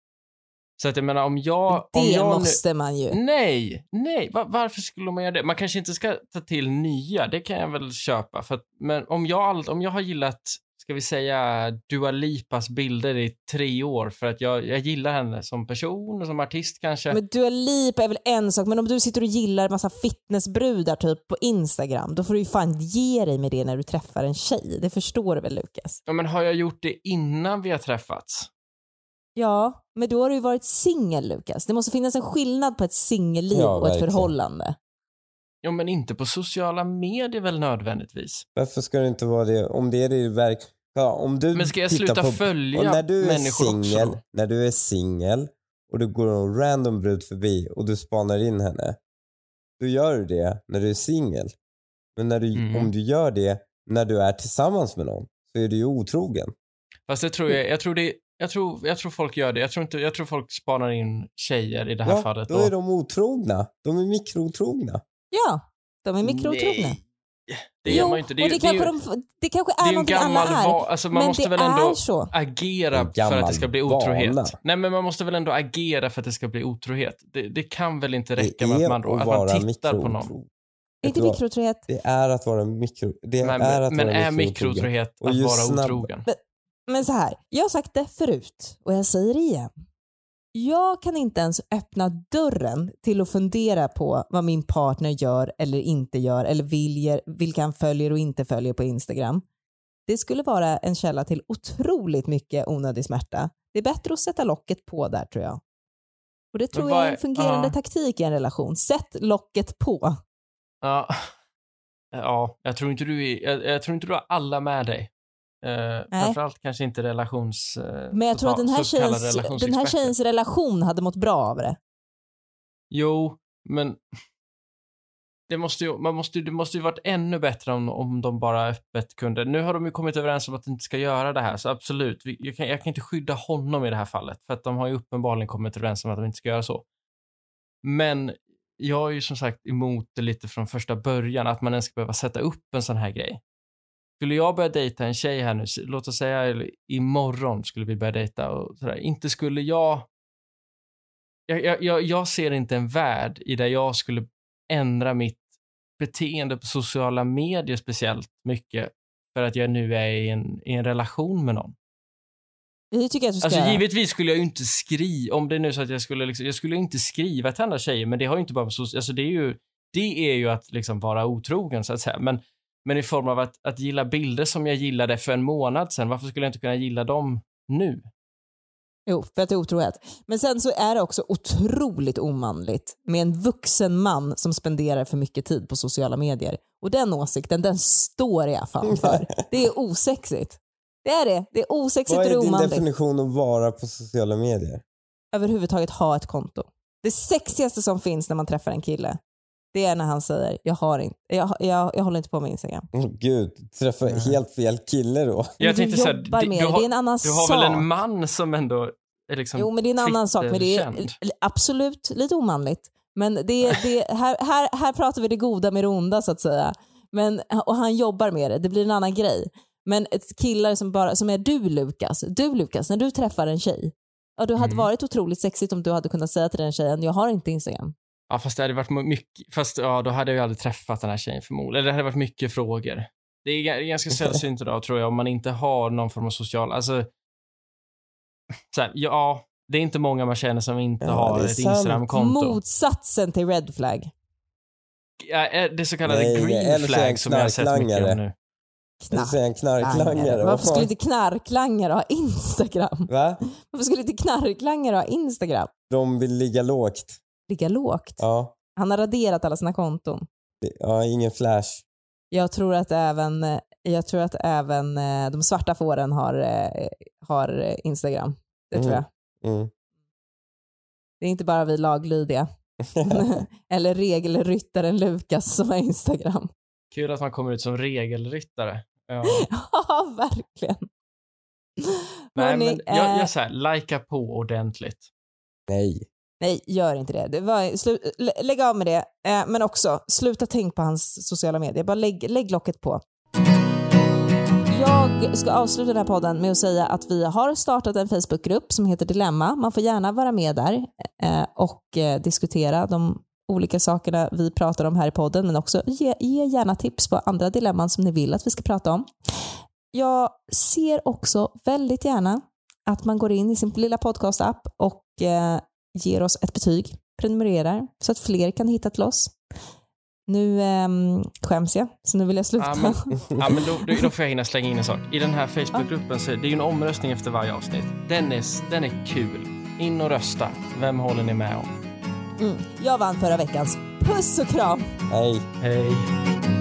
Så att jag menar om jag... om Det jag måste man ju. Nu, nej, nej. Va, varför skulle man göra det? Man kanske inte ska ta till nya, det kan jag väl köpa. För att, men om jag, all, om jag har gillat, ska vi säga, Dua Lipas bilder i tre år för att jag, jag gillar henne som person och som artist kanske. Men Dua Lipa är väl en sak, men om du sitter och gillar massa fitnessbrudar typ på Instagram, då får du ju fan ge dig med det när du träffar en tjej. Det förstår du väl, Lukas? Ja, men har jag gjort det innan vi har träffats? Ja, men då har du ju varit singel, Lukas. Det måste finnas en skillnad på ett singelliv Ja, och ett verkligen. förhållande. Ja, men inte på sociala medier väl nödvändigtvis. Varför ska det inte vara det? Om det är det verk... Ja, om du Men ska jag tittar sluta på... följa och när du är människor singel, också? När du är singel och du går en random brud förbi och du spanar in henne. Då gör du det när du är singel. Men när du, Mm. om du gör det när du är tillsammans med någon så är du ju otrogen. Fast det tror jag, jag tror det, jag tror, jag tror folk gör det. Jag tror inte, jag tror folk spanar in tjejer i det här Ja, fallet. då är de otrogna. De är mikrotrogna. Ja, de är mikrotrogna. Nej, det gör man ju inte. Det, är och ju- det, det, är kanske ju- de, det kanske det är är ju en någonting gammal alla är. va- alltså man men måste det väl ändå är så. agera En för gammal att det ska bli otrohet. vana. Nej, men man måste väl ändå agera för att det ska bli otrohet. Det, det kan väl inte räcka Det med är att man, då, att att man vara tittar på någon. mikrotrog. Vet Inte du vad? mikrotrohet. Det är att vara mikro... Det Men, är att men vara är mikrotrogen. mikrotrohet Och att ju vara snabb- otrogen? Men så här, jag har sagt det förut och jag säger det igen. Jag kan inte ens öppna dörren till att fundera på vad min partner gör eller inte gör eller viljer, vilka han följer och inte följer på Instagram. Det skulle vara en källa till otroligt mycket onödig smärta. Det är bättre att sätta locket på där, tror jag. Och det tror Men jag vad är en är- fungerande ja. taktik i en relation. Sätt locket på. Ja, ja jag, tror inte du är, jag, jag tror inte du har alla med dig. Uh, framförallt kanske inte relations... Uh, Men jag tror att den här, så kallade tjejens, den här relationsexperter. tjejens relation hade mått bra av det. Jo, men det måste ju, man måste, ju- det måste ju varit ännu bättre om, om de bara öppet kunde. Nu har de ju kommit överens om att de inte ska göra det här, så absolut. Vi- Jag kan, jag kan inte skydda honom i det här fallet, för att de har ju uppenbarligen kommit överens om att de inte ska göra så. Men jag är ju som sagt emot det lite från första början, att man ens ska behöva sätta upp en sån här grej. Skulle jag börja dejta en tjej här nu, låt oss säga imorgon skulle vi börja dejta och sådär. Inte skulle jag... Jag, jag, jag, jag ser inte en värld i där jag skulle ändra mitt beteende på sociala medier speciellt mycket för att jag nu är i en, i en relation med någon. Det tycker jag att du ska Alltså göra. givetvis skulle jag ju inte skriva, om det är nu så att jag skulle liksom, jag skulle inte skriva till andra tjejer, men det har ju inte bara så, alltså det är ju det är ju att liksom vara otrogen så att säga, men men i form av att, att gilla bilder som jag gillade för en månad sedan, varför skulle jag inte kunna gilla dem nu? Jo, för att det är otrohet. Men sen så är det också otroligt omanligt med en vuxen man som spenderar för mycket tid på sociala medier. Och den åsikten, den står jag fan för. Det är osexigt. Det är det. Det är osexigt Vad och är din omanligt. definition att vara på sociala medier? Överhuvudtaget ha ett konto. Det sexigaste som finns när man träffar en kille, det är när han säger jag har inte, jag, jag, jag håller inte på med Instagram. Oh, Gud, träffa Nej. helt fel kille då. Jag du tänkte så här, jobbar du- med du det. har- Det är en annan Du har sak. väl en man som ändå är liksom Jo, men det är en annan sak. Men det är Twitterkänd. absolut lite omanligt. Men det, det, här, här, här pratar vi det goda med det onda så att säga. Men, och han jobbar med det. Det blir en annan grej. Men ett killar som, bara, som är du Lukas. Du Lukas, när du träffar en tjej. Ja, det hade Mm. varit otroligt sexigt om du hade kunnat säga till den tjejen, jag har inte Instagram. Ja, fast det hade varit mycket, fast ja, då hade jag ju aldrig träffat den här tjejen förmodligen. Eller det hade varit mycket frågor. Det är g- ganska sällsynt idag tror jag, om man inte har någon form av social, alltså så här, ja, det är inte många man känner som inte Ja, har det är ett sant. Instagram-konto. Motsatsen till red flag. Ja, är det så kallade Nej, green eller så är jag en flag som jag har sett mycket knarklangare. om nu. Eller så är jag en knarklangare. Vad Varför skulle fan? inte knarklangare ha Instagram? Va? Varför skulle inte knarklangare ha Instagram? De vill ligga lågt. Ligga lågt. Ja, Han har raderat alla sina konton. ja ingen flash. Jag tror att även, jag tror att även eh, de svarta fåren har, eh, har Instagram. Det tror Mm. jag. Mm. Det är inte bara vi laglydiga. Eller regelryttaren Lukas som har Instagram. Kul att man kommer ut som regelryttare. Ja. Ja, verkligen. Nej, Hörrni, men jag, eh, jag säger, likea på ordentligt. Nej. Nej, gör inte det. det var, slu, lä- lägg av med det. Eh, men också, sluta tänk på hans sociala medier. Bara lägg, lägg locket på. Jag ska avsluta den här podden med att säga att vi har startat en Facebookgrupp som heter Dilemma. Man får gärna vara med där eh, och eh, diskutera de olika sakerna vi pratar om här i podden, men också ge, ge gärna tips på andra dilemman som ni vill att vi ska prata om. Jag ser också väldigt gärna att man går in i sin lilla podcast-app och eh, ger oss ett betyg, prenumererar så att fler kan hitta till oss. Nu ähm, skäms jag, så nu vill jag sluta. Ja, men, ja, men då, då får jag hinna slänga in en sak. I den här Facebookgruppen så är det ju en omröstning efter varje avsnitt. Den är, den är kul. In och rösta. Vem håller ni med om? Mm. Jag vann förra veckans. Puss och kram! Hej. Hej.